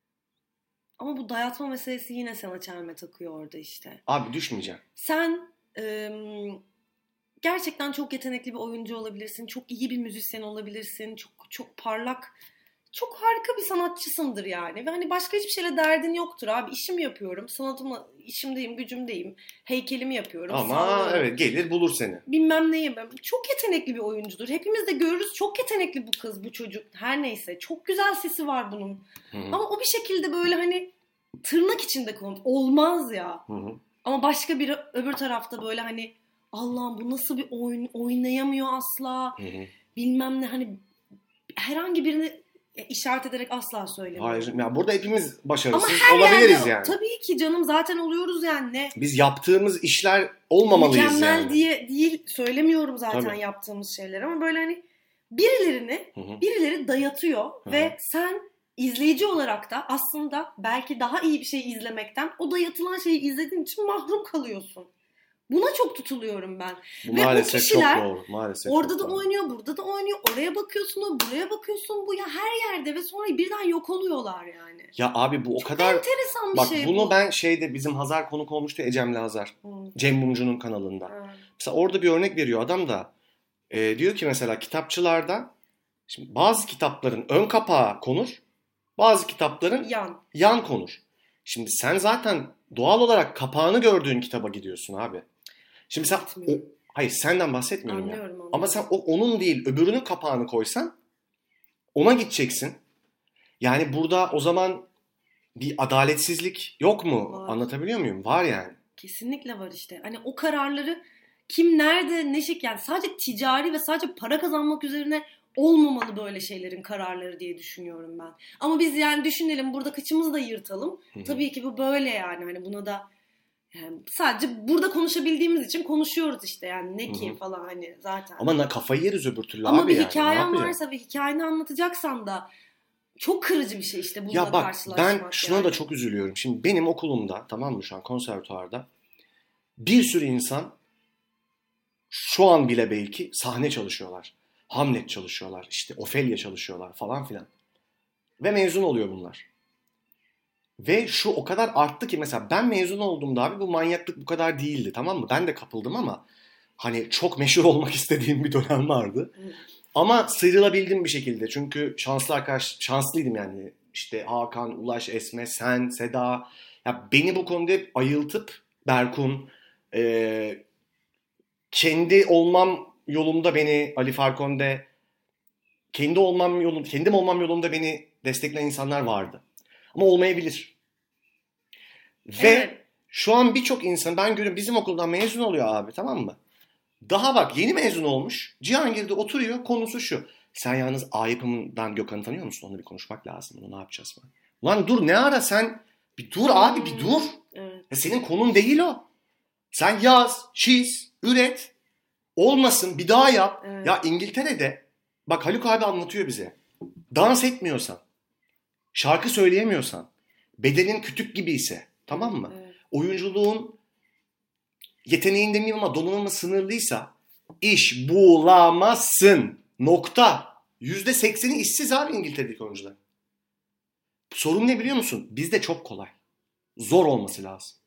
Ama bu dayatma meselesi yine sana çelme takıyor orada işte. Abi düşmeyeceğim. Sen Ee, gerçekten çok yetenekli bir oyuncu olabilirsin. Çok iyi bir müzisyen olabilirsin. Çok çok parlak, çok harika bir sanatçısındır yani. Ve hani başka hiçbir şeyle derdin yoktur abi. İşimi yapıyorum, sanatımı, işimdeyim, gücümdeyim. Heykelimi yapıyorum. Ama sağlıyorum. evet gelir bulur seni. Bilmem neyim. Çok yetenekli bir oyuncudur. Hepimiz de görürüz. Çok yetenekli bu kız, bu çocuk. Her neyse. Çok güzel sesi var bunun. Hı hı. Ama o bir şekilde böyle hani tırnak içinde konu. Olmaz ya. Hı hı. Ama başka biri öbür tarafta böyle hani Allah'ım bu nasıl bir oyun, oynayamıyor asla. Hı hı. Bilmem ne hani herhangi birini işaret ederek asla söylemiyorum. Hayır. Yani burada hepimiz Ama başarısız her olabiliriz yerde, yani. tabii ki canım zaten oluyoruz yani. Ne? Biz yaptığımız işler olmamalıyız Mükemmel yani. diye değil söylemiyorum zaten Tabii. yaptığımız şeyler ama böyle hani birilerini Hı hı. birileri dayatıyor Hı hı. ve sen izleyici olarak da aslında belki daha iyi bir şey izlemekten o dayatılan şeyi izlediğin için mahrum kalıyorsun. Buna çok tutuluyorum ben. Bu Ve maalesef o kişiler çok doğru. Maalesef orada çok da doğru. oynuyor, burada da oynuyor. Oraya bakıyorsun, o buraya bakıyorsun. Bu ya her yerde ve sonra birden yok oluyorlar yani. Ya abi bu o Çok kadar... enteresan bir Bak şey bunu bu. ben şeyde bizim Hazar konuk olmuştu Ecem'le Hazar. Hı. Cem Mumcu'nun kanalında. Hı. Mesela orada bir örnek veriyor adam da. E, diyor ki mesela kitapçılarda şimdi bazı kitapların ön kapağı konur. Bazı kitapların Yan. yan konur. Şimdi sen zaten doğal olarak kapağını gördüğün kitaba gidiyorsun abi. Şimdi sen o, hayır senden bahsetmiyorum Anlıyorum, ya. anlıyorum. Ama sen o onun değil öbürünün kapağını koysan ona gideceksin. Yani burada o zaman bir adaletsizlik yok mu? Var. Anlatabiliyor muyum? Var yani. Kesinlikle var işte. Hani o kararları kim nerede ne şekilde yani sadece ticari ve sadece para kazanmak üzerine olmamalı böyle şeylerin kararları diye düşünüyorum ben. Ama biz yani düşünelim burada kıçımızı da yırtalım. Hı hı. Tabii ki bu böyle yani hani buna da yani sadece burada konuşabildiğimiz için konuşuyoruz işte yani ne ki Hı hı. falan hani zaten. Ama na- kafayı yeriz öbür türlü Ama abi bir yani. Ne hikayen yapacaksın? varsa ve hikayeni anlatacaksan da çok kırıcı bir şey işte bununla Ya bak karşılaşmak. ben şuna yani. da çok üzülüyorum. Şimdi benim okulumda tamam mı şu an konservatuvarda bir sürü insan şu an bile belki sahne çalışıyorlar. Hamlet çalışıyorlar. İşte Ofelia çalışıyorlar falan filan. Ve mezun oluyor bunlar. Ve şu o kadar arttı ki mesela ben mezun olduğumda abi bu manyaklık bu kadar değildi tamam mı? Ben de kapıldım ama hani çok meşhur olmak istediğim bir dönem vardı. Hı. Ama sıyrılabildim bir şekilde. Çünkü şanslı arkadaş, şanslıydım yani. İşte Hakan, Ulaş, Esme, sen, Seda. Ya beni bu konuda hep ayıltıp Berkun, e, kendi olmam yolumda beni Ali Farkonde, kendi olmam yolum, kendim olmam yolumda beni destekleyen insanlar vardı. Ama olmayabilir. Ve Evet. şu an birçok insan ben görüyorum bizim okuldan mezun oluyor abi tamam mı? Daha bak yeni mezun olmuş. Cihangir'de oturuyor. Konusu şu. Sen yalnız A yapımından Gökhan'ı tanıyor musun? Onunla bir konuşmak lazım. Onu ne yapacağız mı? Ulan dur ne ara sen? Bir dur abi bir dur. Evet. Ya senin konun değil o. Sen yaz, çiz, üret. Olmasın bir daha yap. Evet. Ya İngiltere'de bak Haluk abi anlatıyor bize. Dans etmiyorsan, şarkı söyleyemiyorsan, bedenin kütük gibi ise tamam mı? Evet. Oyunculuğun yeteneğin demeyeyim ama donanımı sınırlıysa iş bulamazsın. Nokta. yüzde sekseni işsiz abi İngiltere'deki oyuncular. Sorun ne biliyor musun? Bizde çok kolay. Zor olması lazım.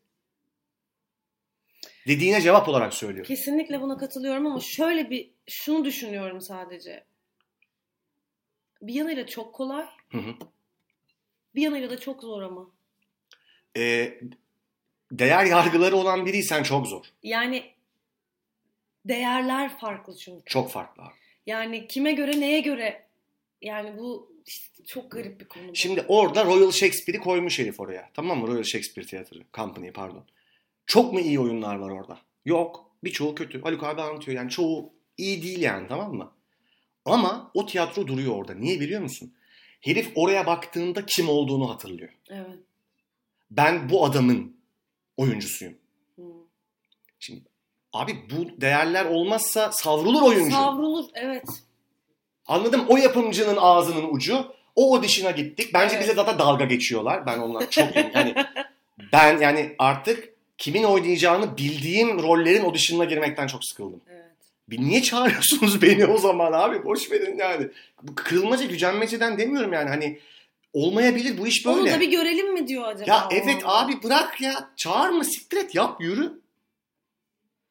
Dediğine cevap olarak söylüyorum. Kesinlikle buna katılıyorum ama şöyle bir şunu düşünüyorum sadece. Bir yanıyla çok kolay, Hı hı. bir yanıyla da çok zor ama. Ee, değer yargıları olan biriysen çok zor. Yani değerler farklı çünkü. Çok farklı abi. Yani kime göre neye göre yani bu işte çok garip bir konu. bu. Şimdi orada Royal Shakespeare'i koymuş herif oraya. Tamam mı? Royal Shakespeare Tiyatro Company pardon. Çok mu iyi oyunlar var orada? Yok. Birçoğu kötü. Haluk abi anlatıyor. Yani çoğu iyi değil yani tamam mı? Ama o tiyatro duruyor orada. Niye biliyor musun? Herif oraya baktığında kim olduğunu hatırlıyor. Evet. Ben bu adamın oyuncusuyum. Hmm. Şimdi abi bu değerler olmazsa savrulur oyuncu. Savrulur evet. Anladım. O yapımcının ağzının ucu. O audition'a gittik. Bence Evet. bize daha dalga geçiyorlar. Ben ondan çok yani ben yani artık kimin oynayacağını bildiğim rollerin audition'ına girmekten çok sıkıldım. Evet. Bir niye çağırıyorsunuz beni o zaman abi? Boş verin yani. Bu kırılmaca, gücenmeceden demiyorum yani. Hani olmayabilir bu iş böyle. Onu da bir görelim mi diyor acaba? Ya o evet anda? abi bırak ya. Çağırma, siktir et, yap, yürü.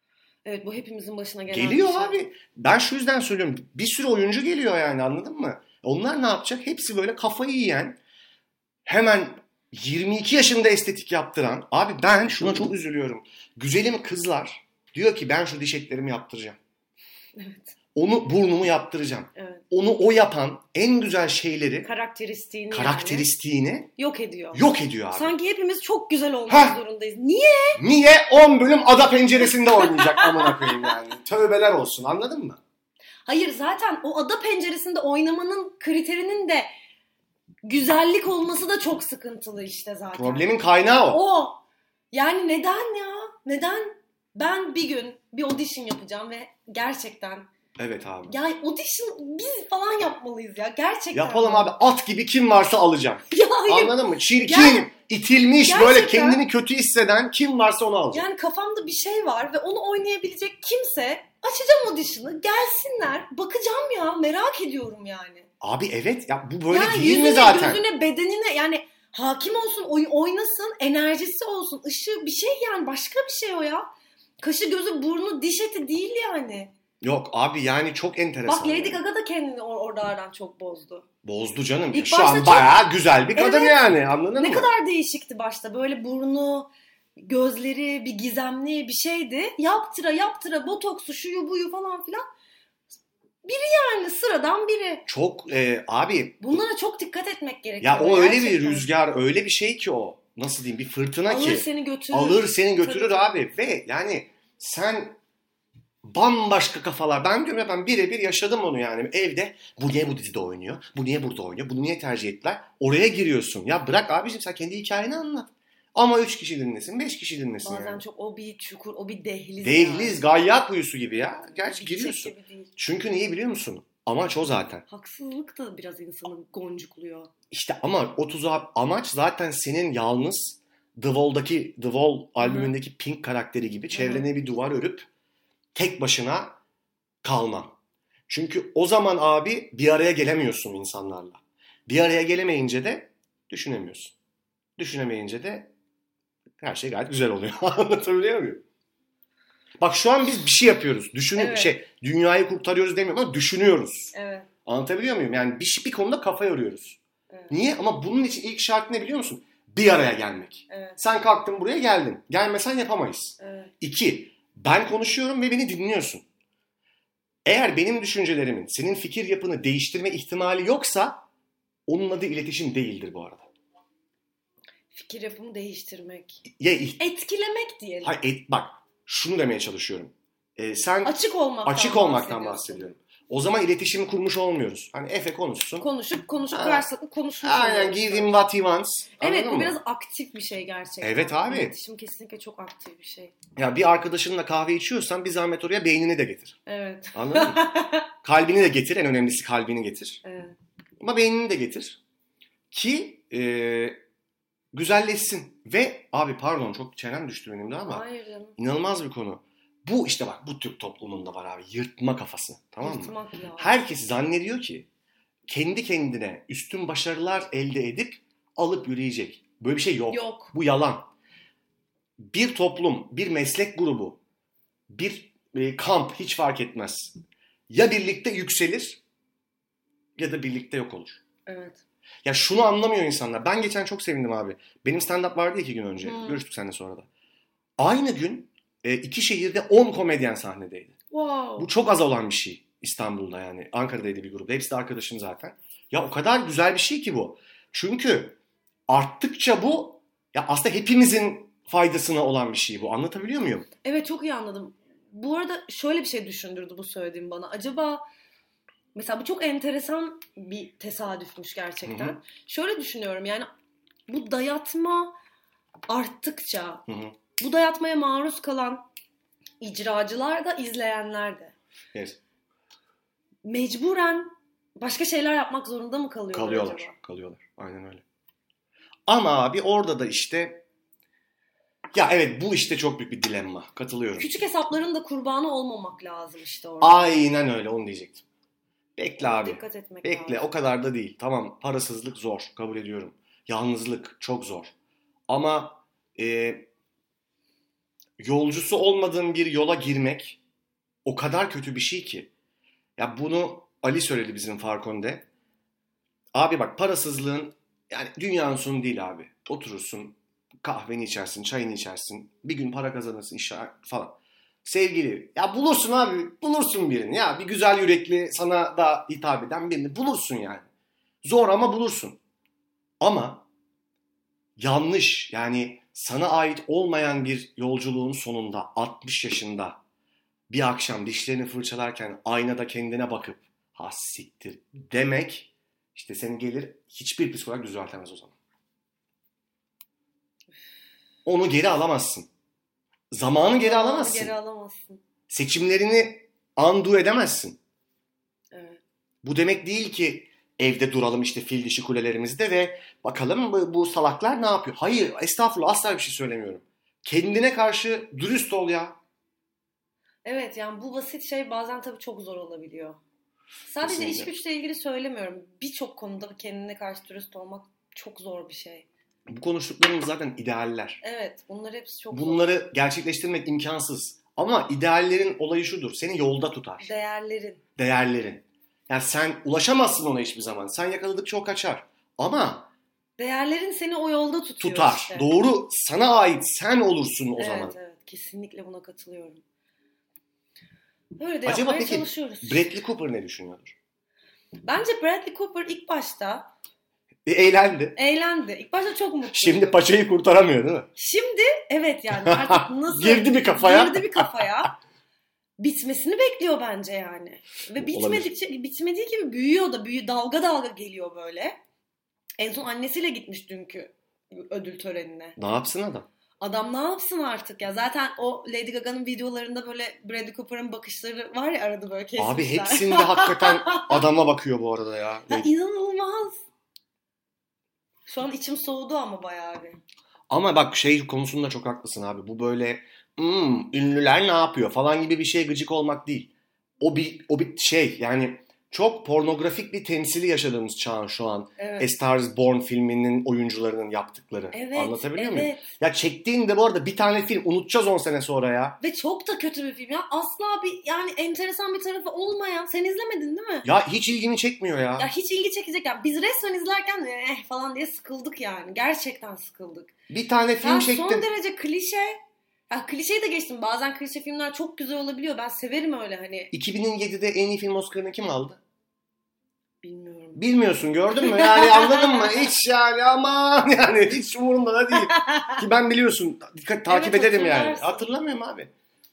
Evet, bu hepimizin başına gelen Geliyor bir şey. abi. Ben şu yüzden söylüyorum. Bir sürü oyuncu geliyor yani, anladın mı? Onlar ne yapacak? Hepsi böyle kafayı yiyen, hemen yirmi iki yaşında estetik yaptıran. Abi ben şuna çok üzülüyorum. Güzelim kızlar diyor ki ben şu diş etlerimi yaptıracağım. Evet. Onu burnumu yaptıracağım. Evet. Onu o yapan en güzel şeyleri, Karakteristiğini, karakteristiğini yani yok ediyor. Yok ediyor abi. Sanki hepimiz çok güzel olmak Heh. zorundayız. Niye? Niye on bölüm ada penceresinde oynayacak amına koyayım yani. Tövbeler olsun, anladın mı? Hayır, zaten o ada penceresinde oynamanın kriterinin de güzellik olması da çok sıkıntılı işte zaten. Problemin kaynağı o. O. Yani neden ya? Neden ben bir gün bir audition yapacağım ve gerçekten Evet abi. ya audition biz falan yapmalıyız ya. Gerçekten. Yapalım abi. At gibi kim varsa alacağım. Ya hayır. Anladın mı? Çirkin, Yani, itilmiş, gerçekten, böyle kendini kötü hisseden kim varsa onu alacağım. Yani kafamda bir şey var ve onu oynayabilecek kimse, açacağım audition'ı, gelsinler. Bakacağım ya, merak ediyorum yani. Abi evet ya, bu böyle yani değil yüzüne, mi zaten? Gözüne, bedenine yani hakim olsun, oy, oynasın, enerjisi olsun, ışığı bir şey yani, başka bir şey o ya. Kaşı, gözü, burnu, diş eti değil yani. Yok abi, yani çok enteresan. Bak Lady yani. Gaga da kendini or- oralardan çok bozdu. Bozdu canım. İlk Şu başta an çok- bayağı güzel bir kadın Evet. yani, anladın Ne mı? kadar değişikti başta. Böyle burnu, gözleri bir gizemli bir şeydi. Yaptıra yaptıra botoksu, şuyu buyu falan filan. Biri yani, sıradan biri. Çok e, abi. Bunlara çok dikkat etmek gerekiyor. Ya o öyle bir gerçekten. rüzgar, öyle bir şey ki o. Nasıl diyeyim, bir fırtına Alır ki. seni götürür. Alır seni götürür Tabii. abi. Ve yani sen bambaşka kafalar. Ben diyorum ya, ben birebir yaşadım onu yani. Evde bu niye bu dizide oynuyor? Bu niye burada oynuyor? Bunu niye tercih ettiler? Oraya giriyorsun. Ya bırak abicim, sen kendi hikayeni anlat. Ama üç kişi dinlesin, beş kişi dinlesin Bazen yani. çok o bir çukur, o bir dehliz. Dehliz, yani. gayya kuyusu gibi ya. Gerçi Gidecek giriyorsun. gibi değil. Çünkü niye biliyor musun? Amaç o zaten. Haksızlık da biraz insanı goncukluyor. İşte ama o tuzağa, amaç zaten senin yalnız The Wall'daki, The Wall albümündeki Pink karakteri gibi çevrene bir duvar örüp tek başına kalman. Çünkü o zaman abi bir araya gelemiyorsun insanlarla. Bir araya gelemeyince de düşünemiyorsun. Düşünemeyince de her şey gayet güzel oluyor. Anlatabiliyor muyum? Bak şu an biz bir şey yapıyoruz. Düşün, Evet. şey, dünyayı kurtarıyoruz demiyorum ama düşünüyoruz. Evet. Anlatabiliyor muyum? Yani bir, bir konuda kafa yoruyoruz. Evet. Niye? Ama bunun için ilk şart ne biliyor musun? Bir araya gelmek. Evet. Sen kalktın buraya geldin. Gelmesen yapamayız. Evet. İki, ben konuşuyorum ve beni dinliyorsun. Eğer benim düşüncelerimin senin fikir yapını değiştirme ihtimali yoksa onun adı iletişim değildir bu arada. Fikir yapımı değiştirmek. Ya iht- Etkilemek diyelim. Hayır, et- bak şunu demeye çalışıyorum. Ee, sen Açık olmaktan açık olmaktan bahsediyorsun. bahsediyorum. O zaman iletişimi kurmuş olmuyoruz. Hani Efe konuşsun. Konuşup konuşup Ha. karşılıklı konuşmuş Aynen, oluyoruz. give him what he wants. Evet, Anladın bu mı? biraz aktif bir şey gerçekten. Evet abi. İletişim kesinlikle çok aktif bir şey. Ya bir arkadaşınla kahve içiyorsan bir zahmet oraya beynini de getir. Evet. Anladın mı? Kalbini de getir. En önemlisi kalbini getir. Evet. Ama beynini de getir. Ki e, güzelleşsin. Ve abi pardon, çok çenem düştü benim de ama Hayır canım. inanılmaz bir konu. Bu işte bak, bu Türk toplumunda var abi. Yırtma kafası. Tamam mı? Yırtmak ya. Herkes zannediyor ki kendi kendine üstün başarılar elde edip alıp yürüyecek. Böyle bir şey yok. Yok. Bu yalan. Bir toplum, bir meslek grubu, bir e, kamp, hiç fark etmez. Ya birlikte yükselir ya da birlikte yok olur. Evet. Ya şunu anlamıyor insanlar. Ben geçen çok sevindim abi. Benim stand-up vardı iki gün önce. Hmm. Görüştük seninle sonra da. Aynı gün e, iki şehirde on komedyen sahnedeydi. Wow. Bu çok az olan bir şey İstanbul'da yani. Ankara'daydı bir grup. Hepsi de arkadaşım zaten. Ya o kadar güzel bir şey ki bu. Çünkü arttıkça bu ya aslında hepimizin faydasına olan bir şey bu. Anlatabiliyor muyum? Evet, çok iyi anladım. Bu arada şöyle bir şey düşündürdü bu söylediğim bana. Acaba mesela bu çok enteresan bir tesadüfmüş gerçekten. Hı hı. Şöyle düşünüyorum yani, bu dayatma arttıkça Hı hı. bu dayatmaya maruz kalan icracılar da izleyenler de Evet. mecburen başka şeyler yapmak zorunda mı kalıyorlar, Kalıyorlar. acaba? Kalıyorlar. Aynen öyle. Ama abi orada da işte ya evet, bu işte çok büyük bir dilemma. Katılıyorum. Küçük hesapların da kurbanı olmamak lazım işte orada. Aynen öyle, onu diyecektim. Bekle abi. Dikkat etmek Bekle, lazım. o kadar da değil. Tamam, parasızlık zor, kabul ediyorum. Yalnızlık çok zor. Ama e, yolcusu olmadığın bir yola girmek o kadar kötü bir şey ki. Ya bunu Ali söyledi bizim Farkon'de. Abi bak parasızlığın yani dünyanın sonu değil abi. Oturursun, kahveni içersin, çayını içersin. Bir gün para kazanırsın iş falan. Sevgili ya bulursun abi. Bulursun birini ya. Bir güzel yürekli sana da hitap eden birini bulursun yani. Zor ama bulursun. Ama yanlış yani sana ait olmayan bir yolculuğun sonunda altmış yaşında bir akşam dişlerini fırçalarken aynada kendine bakıp ha siktir demek işte seni gelir hiçbir psikolog düzeltemez o zaman. Onu geri alamazsın. Zamanı geri Zamanı alamazsın. Geri alamazsın. Seçimlerini undo edemezsin. Evet. Bu demek değil ki evde duralım işte fil dişi kulelerimizde ve bakalım bu, bu salaklar ne yapıyor? Hayır, estağfurullah asla bir şey söylemiyorum. Kendine karşı dürüst ol ya. Evet yani bu basit şey bazen tabii çok zor olabiliyor. Sadece Kesinlikle. iş güçle ilgili söylemiyorum. Birçok konuda kendine karşı dürüst olmak çok zor bir şey. Bu konuştuklarımız zaten idealler. Evet bunlar hepsi çok Bunları zor. gerçekleştirmek imkansız. Ama ideallerin olayı şudur. Seni yolda tutar. Değerlerin. Değerlerin. Yani sen ulaşamazsın ona hiçbir zaman. Sen yakaladıkça o kaçar. Ama Değerlerin seni o yolda tutuyor tutar. işte. Doğru sana ait sen olursun o evet, zaman. Evet kesinlikle buna katılıyorum. Böyle de Acaba yapmaya peki çalışıyoruz. Bradley Cooper ne düşünüyordur? Bence Bradley Cooper ilk başta E, eğlendi. eğlendi. İlk başta çok mutlu. Şimdi paçayı kurtaramıyor değil mi? Şimdi evet yani artık nasıl Girdi bir kafaya. Girdi bir kafaya. Bitmesini bekliyor bence yani. Ve bitmedikçe bitmediği gibi büyüyor da büyü dalga dalga geliyor böyle. En son annesiyle gitmiş dünkü ödül törenine. Ne yapsın adam? Adam ne yapsın artık ya? Zaten o Lady Gaga'nın videolarında böyle Bradley Cooper'ın bakışları var ya arada böyle kesmişler. Abi hepsinde hakikaten adama bakıyor bu arada ya. ya inanılmaz. Şu an içim soğudu ama bayağı bir. Ama bak şey konusunda çok haklısın abi. Bu böyle hmm, ünlüler ne yapıyor falan gibi bir şeye gıcık olmak değil. O bir o bir şey yani çok pornografik bir temsili yaşadığımız çağın şu an. Evet. A Star is Born filminin oyuncularının yaptıkları. Evet, Anlatabiliyor evet. muyum? Ya çektiğinde bu arada bir tane film unutacağız on sene sonra ya. Ve çok da kötü bir film ya. Asla bir yani enteresan bir tarafı olmayan. Sen izlemedin değil mi? Ya hiç ilgimi çekmiyor ya. Ya hiç ilgi çekecek yani. Biz resmen izlerken eh falan diye sıkıldık yani. Gerçekten sıkıldık. Bir tane film Ben çektim. son derece klişe. Ya klişeyi de geçtim. Bazen klişe filmler çok güzel olabiliyor. Ben severim öyle hani. iki bin yedide en iyi film Oscar'ını kim aldı? Bilmiyorum. Bilmiyorsun gördün mü? Yani anladın mı? Hiç yani aman yani hiç umurumda da değil. Ki ben biliyorsun dikkat takip Evet, ederim yani. hatırlarsın. Hatırlamıyorum abi.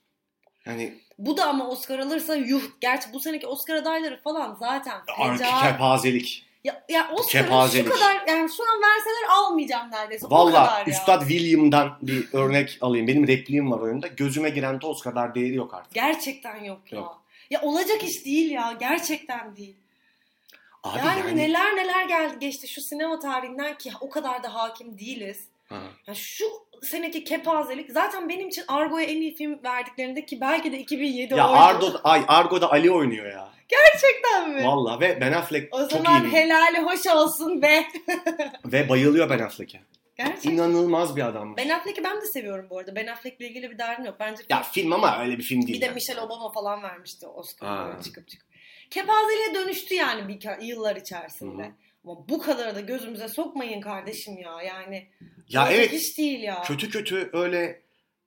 Yani Bu da ama Oscar alırsa yuh. Gerçi bu seneki Oscar adayları falan zaten arki feca. kepazelik. Ya, ya Oscar'ın Kepazelik. şu kadar yani şu an verseler almayacağım neredeyse. O Valla kadar ya. Üstad William'dan bir örnek alayım. Benim repliğim var oyunda. Gözüme giren toz kadar değeri yok artık. Gerçekten yok ya. Yok. Ya olacak iş değil ya. Gerçekten değil. Abi yani, yani, neler neler geldi geçti şu sinema tarihinden ki o kadar da hakim değiliz. Ha. Ya şu seneki kepazelik zaten benim için Argo'ya en iyi film verdiklerinde ki belki de iki bin yedi Ya oydu. Ardo, ay, Argo'da Ali oynuyor ya. Gerçekten mi? Valla ve Ben Affleck O çok zaman iyi bir. helali hoş olsun be. Ve bayılıyor Ben Affleck'e. Gerçekten. İnanılmaz bir adam. Ben Affleck'i ben de seviyorum bu arada. Ben Affleck'le ilgili bir derdim yok. Bence Ya film ama öyle bir film değil. bir de yani. Michelle Obama falan vermişti Oscar'da Ha. böyle çıkıp çıkıp. Kepazeliğe dönüştü yani bir yıllar içerisinde. Hı-hı. Ama bu kadar da gözümüze sokmayın kardeşim ya. Yani Ya evet. Hiç değil ya. Kötü kötü öyle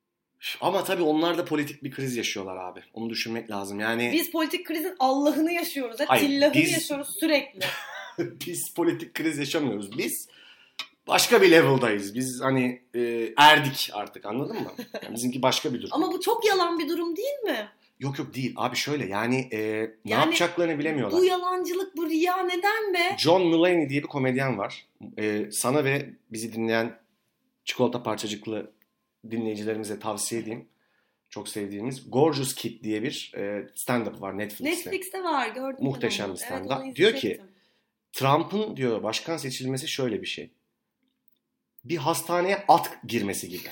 ama tabii onlar da politik bir kriz yaşıyorlar abi. Onu düşünmek lazım. Yani Biz politik krizin Allah'ını yaşıyoruz. Hep Hayır, tillahını biz- yaşıyoruz sürekli. biz politik kriz yaşamıyoruz. Biz başka bir level'dayız. Biz hani e, erdik artık anladın mı? Yani bizimki başka bir durum. Ama bu çok yalan bir durum değil mi? Yok yok değil abi şöyle yani e, ne Yani yapacaklarını bilemiyorlar. Bu yalancılık, bu riya neden be? John Mulaney diye bir komedyen var. E, sana ve bizi dinleyen çikolata parçacıklı dinleyicilerimize tavsiye edeyim. Çok sevdiğimiz Gorgeous Kid diye bir e, stand-up var Netflix'te. Netflix'te var gördüm. ben Muhteşem onu. bir Evet, stand-up. onu Diyor ki izleyecektim. Trump'ın diyor başkan seçilmesi şöyle bir şey. Bir hastaneye at girmesi gibi.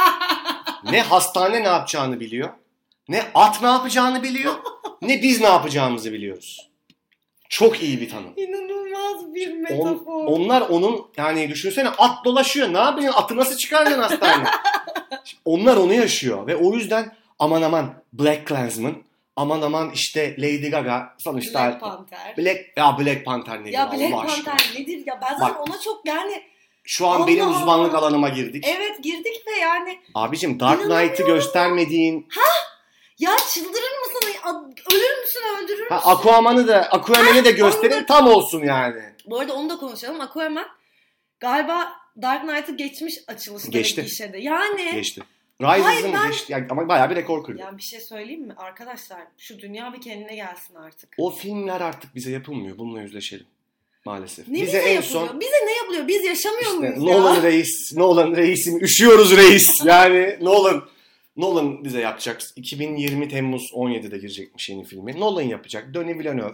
Ne hastane ne yapacağını biliyor. Ne at ne yapacağını biliyor. Ne biz ne yapacağımızı biliyoruz. Çok iyi bir tanım. İnanılmaz bir On, metafor. onlar onun yani düşünsene at dolaşıyor. Ne yapıyorsun? Atı nasıl çıkaracaksın hastaneye? onlar onu yaşıyor ve o yüzden aman aman Black Klansman, aman aman işte Lady Gaga sonuçta. Black Panther. Black, ya Black Panther nedir Ya Allah Black aşkına? Panther nedir ya? Ben zaten Bak, ona çok yani... Şu an Allah benim uzmanlık Allah. alanıma girdik. Evet girdik ve yani... Abicim Dark Knight'ı göstermediğin... Ya çıldırır mısın? Ölür müsün? Öldürür müsün? Ha, Aquaman'ı da, Aquaman'ı da gösterin da... tam olsun yani. Bu arada onu da konuşalım. Aquaman galiba Dark Knight'ı geçmiş açılışta ve gişede. Yani... Geçti. Rise'ın ben... geçti. Yani, ama bayağı bir rekor kırdı. Ya bir şey söyleyeyim mi? Arkadaşlar şu dünya bir kendine gelsin artık. O filmler artık bize yapılmıyor. Bununla yüzleşelim. Maalesef. Ne bize, bize en yapılıyor? son... Bize ne yapılıyor? Biz yaşamıyor işte, muyuz Nolan ya? Reis, Nolan Reis'im. Üşüyoruz reis. Yani Nolan... Nolan bize yapacak. iki bin yirmi Temmuz on yedide girecekmiş yeni filmi. Nolan yapacak. Denis Villeneuve.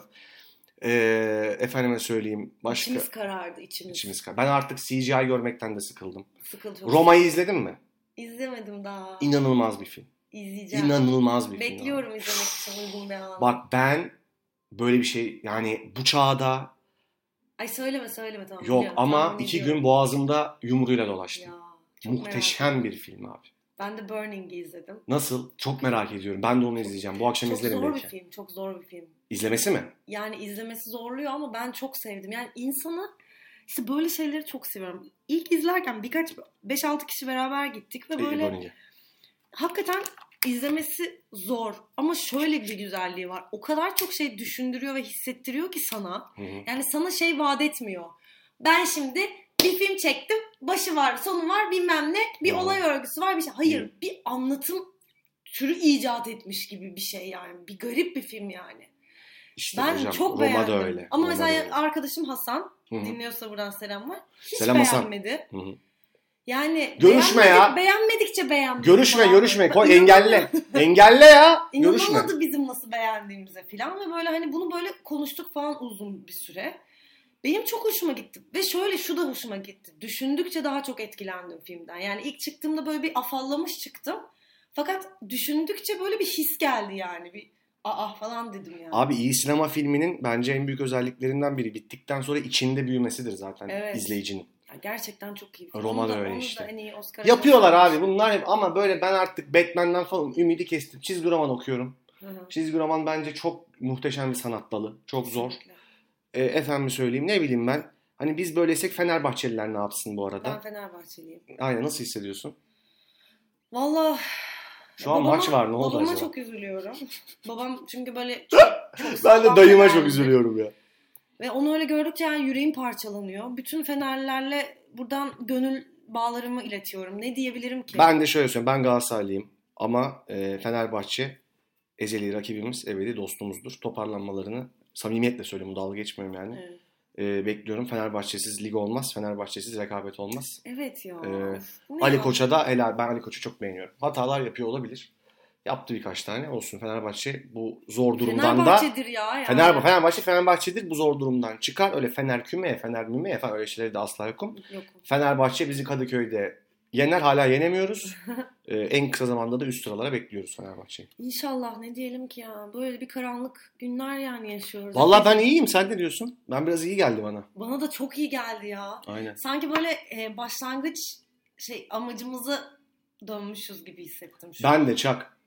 Ee, efendime söyleyeyim. Başka... İçimiz karardı. içimiz. İçimiz karardı. Ben artık C G I görmekten de sıkıldım. Sıkıldım. Roma'yı izledin mi? İzlemedim daha. İnanılmaz bir film. İzleyeceğim. İnanılmaz bir film. Bekliyorum izlemek için uygun bir an. Bak ben böyle bir şey yani bu çağda Ay söyleme söyleme tamam. yok biliyorum, ama tamam, iki biliyorum. gün boğazımda yumruğuyla dolaştım. Ya, çok Muhteşem bir film abi. Ben de Burning'i izledim. Nasıl? Çok merak ediyorum. Ben de onu izleyeceğim. Bu akşam çok izlerim belki. belki. Çok zor bir film. Çok zor bir film. İzlemesi mi? Yani izlemesi zorluyor ama ben çok sevdim. Yani insanı işte böyle şeyleri çok seviyorum. İlk izlerken birkaç beş altı kişi beraber gittik ve böyle Burning'i. hakikaten izlemesi zor ama şöyle bir güzelliği var. O kadar çok şey düşündürüyor ve hissettiriyor ki sana. Hı hı. Yani sana şey vaat etmiyor. Ben şimdi bir film çektim. Başı var, sonu var, bilmem ne. Bir Hı. olay örgüsü var, bir şey. Hayır, Hı. bir anlatım türü icat etmiş gibi bir şey yani. Bir garip bir film yani. İşte Ben hocam, çok Roma beğendim. da öyle. Ama Roma mesela da öyle. arkadaşım Hasan, Hı hı. dinliyorsa buradan selamlar. Hiç Selam Hasan. beğenmedi. Hı hı. Yani Görüşme beğenmedik, ya. beğenmedikçe beğenmedik. Görüşme falan. görüşme. Koy, İnanamadı. engelle. Engelle ya. Görüşme. İnanamadı bizim nasıl beğendiğimize falan ve böyle hani bunu böyle konuştuk falan uzun bir süre. Benim çok hoşuma gitti ve şöyle şu da hoşuma gitti. Düşündükçe daha çok etkilendim filmden. Yani ilk çıktığımda böyle bir afallamış çıktım. Fakat düşündükçe böyle bir his geldi yani. Bir aa falan dedim yani. Abi iyi sinema filminin bence en büyük özelliklerinden biri bittikten sonra içinde büyümesidir zaten Evet. izleyicinin. Ya gerçekten çok iyi. Roma Onu da öyle onu işte. Da en iyi Oscar Yapıyorlar abi bunlar hep ama böyle ben artık Batman'den falan ümidi kestim. Çizgi roman okuyorum. Hı hı. Çizgi roman bence çok muhteşem bir sanat dalı. Çok zor. Kesinlikle. E, efendim söyleyeyim ne bileyim ben. Hani biz böyleysek Fenerbahçeliler ne yapsın bu arada? Ben Fenerbahçeliyim. Aynen nasıl hissediyorsun? Vallahi Şu an maç var ne oldu babama acaba? çok üzülüyorum. Babam çünkü böyle çok, çok Ben de sağlam dayıma çok Fenerli. üzülüyorum ya. Ve onu öyle gördükçe yani yüreğim parçalanıyor. Bütün Fenerlilerle buradan gönül bağlarımı iletiyorum. Ne diyebilirim ki? Ben de şöyle söyleyeyim ben Galatasaraylıyım ama e, Fenerbahçe ezeli rakibimiz, ebedi dostumuzdur. Toparlanmalarını samimiyetle söylüyorum dalga geçmiyorum yani. Evet, E, bekliyorum. Fenerbahçesiz lig olmaz. Fenerbahçesiz rekabet olmaz. evet ya. Ee, Ne Ali ya? Koç'a da helal. Ben Ali Koç'u çok beğeniyorum. Hatalar yapıyor olabilir. Yaptı birkaç tane. Olsun Fenerbahçe bu zor durumdan da Fenerbahçe'dir ya. Yani. Fenerbahçe, Fenerbahçe Fenerbahçe'dir bu zor durumdan çıkar. Öyle Fener kümeye, Fener mümeye falan öyle şeyleri de asla yokum. Yok. Fenerbahçe bizi Kadıköy'de yener. Hala yenemiyoruz. ee, en kısa zamanda da üst sıralara bekliyoruz Fenerbahçe'yi. İnşallah ne diyelim ki ya. Böyle bir karanlık günler yani yaşıyoruz. Vallahi ben iyiyim. Sen ne diyorsun? Ben biraz iyi geldi bana. Bana da çok iyi geldi ya. Aynen. Sanki böyle e, başlangıç şey amacımızı dönmüşüz gibi hissettim şu Ben an. de Çak.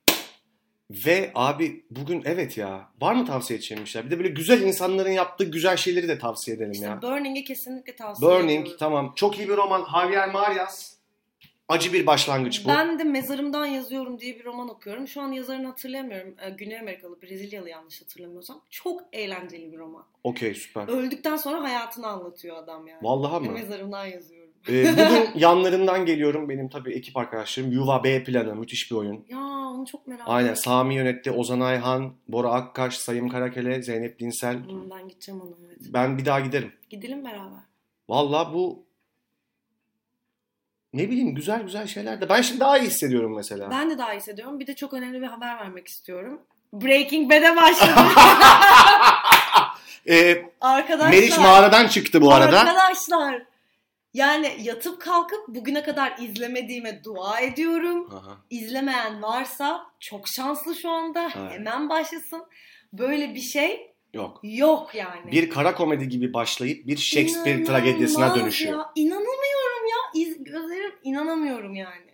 Ve abi bugün evet ya var mı tavsiye edeceğim işler? Bir de böyle güzel insanların yaptığı güzel şeyleri de tavsiye edelim İşte ya. Burning'i kesinlikle tavsiye Burning ediyorum. tamam. Çok iyi bir roman. Javier Marias. Acı bir başlangıç bu. Ben de Mezarımdan Yazıyorum diye bir roman okuyorum. Şu an yazarını hatırlamıyorum. Ee, Güney Amerikalı, Brezilyalı yanlış hatırlamıyorsam. Çok eğlenceli bir roman. Okey süper. Öldükten sonra hayatını anlatıyor adam yani. Vallahi Ve mı? Mezarımdan yazıyorum. Ee, bugün yanlarından geliyorum. Benim tabii ekip arkadaşlarım. Yuva B planı. Müthiş bir oyun. Ya onu çok merak Aynen. ediyorum. Sami yönetti. Ozan Ayhan, Bora Akkaş, Sayım Karakele, Zeynep Dinsel. Hmm, ben gideceğim ona evet. Ben bir daha giderim. Gidelim beraber. Vallahi bu ne bileyim güzel güzel şeyler de. Ben şimdi daha iyi hissediyorum mesela. Ben de daha iyi hissediyorum. Bir de çok önemli bir haber vermek istiyorum. Breaking Bad'e başladı. ee, Arkadaşlar. Meriç mağaradan çıktı bu arada. Arkadaşlar. Yani yatıp kalkıp bugüne kadar izlemediğime dua ediyorum. Aha. İzlemeyen varsa çok şanslı şu anda. Evet. Hemen başlasın. Böyle bir şey Yok. yok yani. Bir kara komedi gibi başlayıp bir Shakespeare İnanılmaz tragedisine dönüşüyor. Ya. İnanamıyorum ya. İz, gözlerim inanamıyorum yani.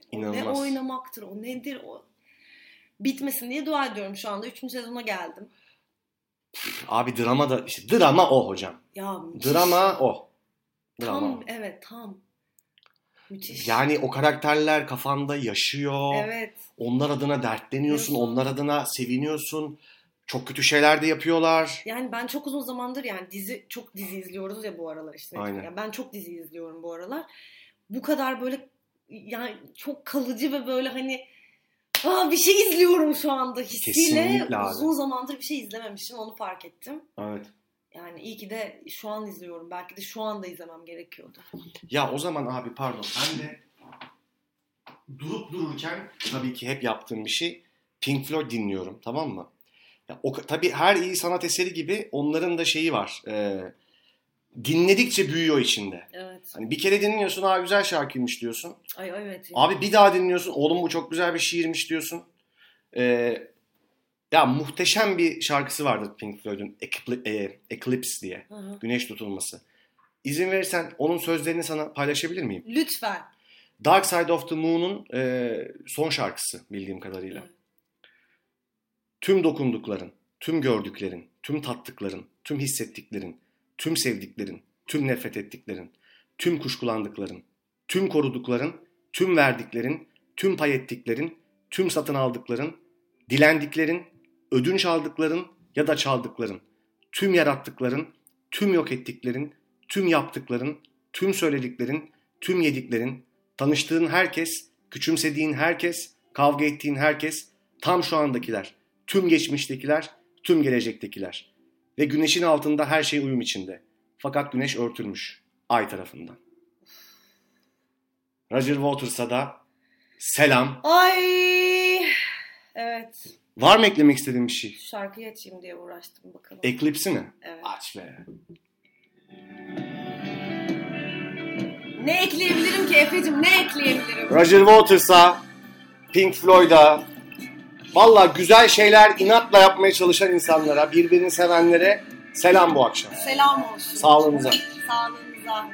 İnanılmaz. Ne oynamaktır, o nedir o. Bitmesin diye dua ediyorum şu anda. Üçüncü sezona geldim. Abi drama da işte drama o hocam. Ya müthiş. Drama o. Drama Tam o. evet tam. Müthiş. Yani o karakterler kafanda yaşıyor. Evet. Onlar adına dertleniyorsun, Diyorsun. onlar adına seviniyorsun. Çok kötü şeyler de yapıyorlar. Yani ben çok uzun zamandır yani dizi çok dizi izliyoruz ya bu aralar işte. Aynen. Yani ben çok dizi izliyorum bu aralar. Bu kadar böyle yani çok kalıcı ve böyle hani aa bir şey izliyorum şu anda hissiyle Kesinlikle abi. uzun zamandır bir şey izlememişim, onu fark ettim. Evet. Yani iyi ki de şu an izliyorum. Belki de şu anda izlemem gerekiyordu. Ya o zaman abi pardon ben de durup dururken tabii ki hep yaptığım bir şey Pink Floyd dinliyorum, tamam mı? Ya o tabii her iyi sanat eseri gibi onların da şeyi var. E, dinledikçe büyüyor içinde. Evet. Hani bir kere dinliyorsun, aa güzel şarkıymış diyorsun. Ay evet. Ya. Abi bir daha dinliyorsun, oğlum bu çok güzel bir şiirmiş diyorsun. Ee, ya muhteşem bir şarkısı vardır Pink Floyd'un, Eclipse, e, Eclipse diye. Hı hı. Güneş tutulması. İzin verirsen onun sözlerini sana paylaşabilir miyim? Lütfen. Dark Side of the Moon'un e, son şarkısı bildiğim kadarıyla. Hı. Tüm dokundukların, tüm gördüklerin, tüm tattıkların, tüm hissettiklerin, tüm sevdiklerin, tüm nefret ettiklerin, tüm kuşkulandıkların, tüm korudukların, tüm verdiklerin, tüm pay ettiklerin, tüm satın aldıkların, dilendiklerin, ödünç aldıkların ya da çaldıkların, tüm yarattıkların, tüm yok ettiklerin, tüm yaptıkların, tüm söylediklerin, tüm yediklerin, tanıştığın herkes, küçümsediğin herkes, kavga ettiğin herkes, tam şu andakiler, tüm geçmiştekiler, tüm gelecektekiler. Ve güneşin altında her şey uyum içinde. Fakat güneş örtülmüş ay tarafından. Roger Waters'a da selam. Ay. Evet. Var mı eklemek istediğin bir şey? Şu şarkıyı açayım diye uğraştım bakalım. Eclipse'i mi? Evet. Aç be. Ne ekleyebilirim ki Efe'cim, ne ekleyebilirim? Roger Waters'a, Pink Floyd'a, valla güzel şeyler inatla yapmaya çalışan insanlara, birbirini sevenlere selam bu akşam. Selam olsun. Sağlığınıza. Sağlığınıza.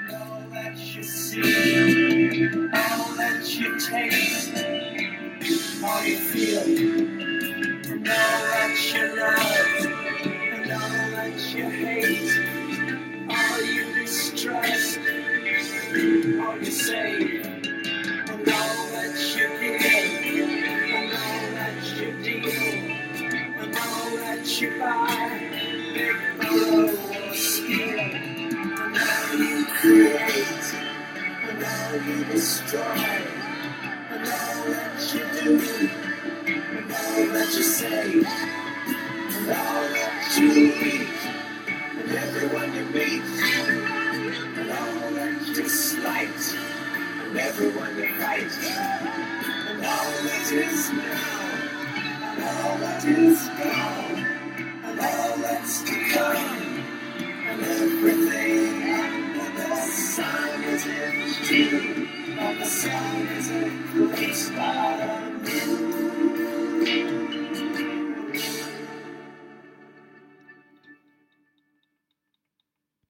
You destroy, and all that you do, and all that you say, and all that you eat, and everyone you meet, and all that you dislike, and everyone you fight, and all that is now, and all that is gone, and all that's to come, and everything under the sun is in you.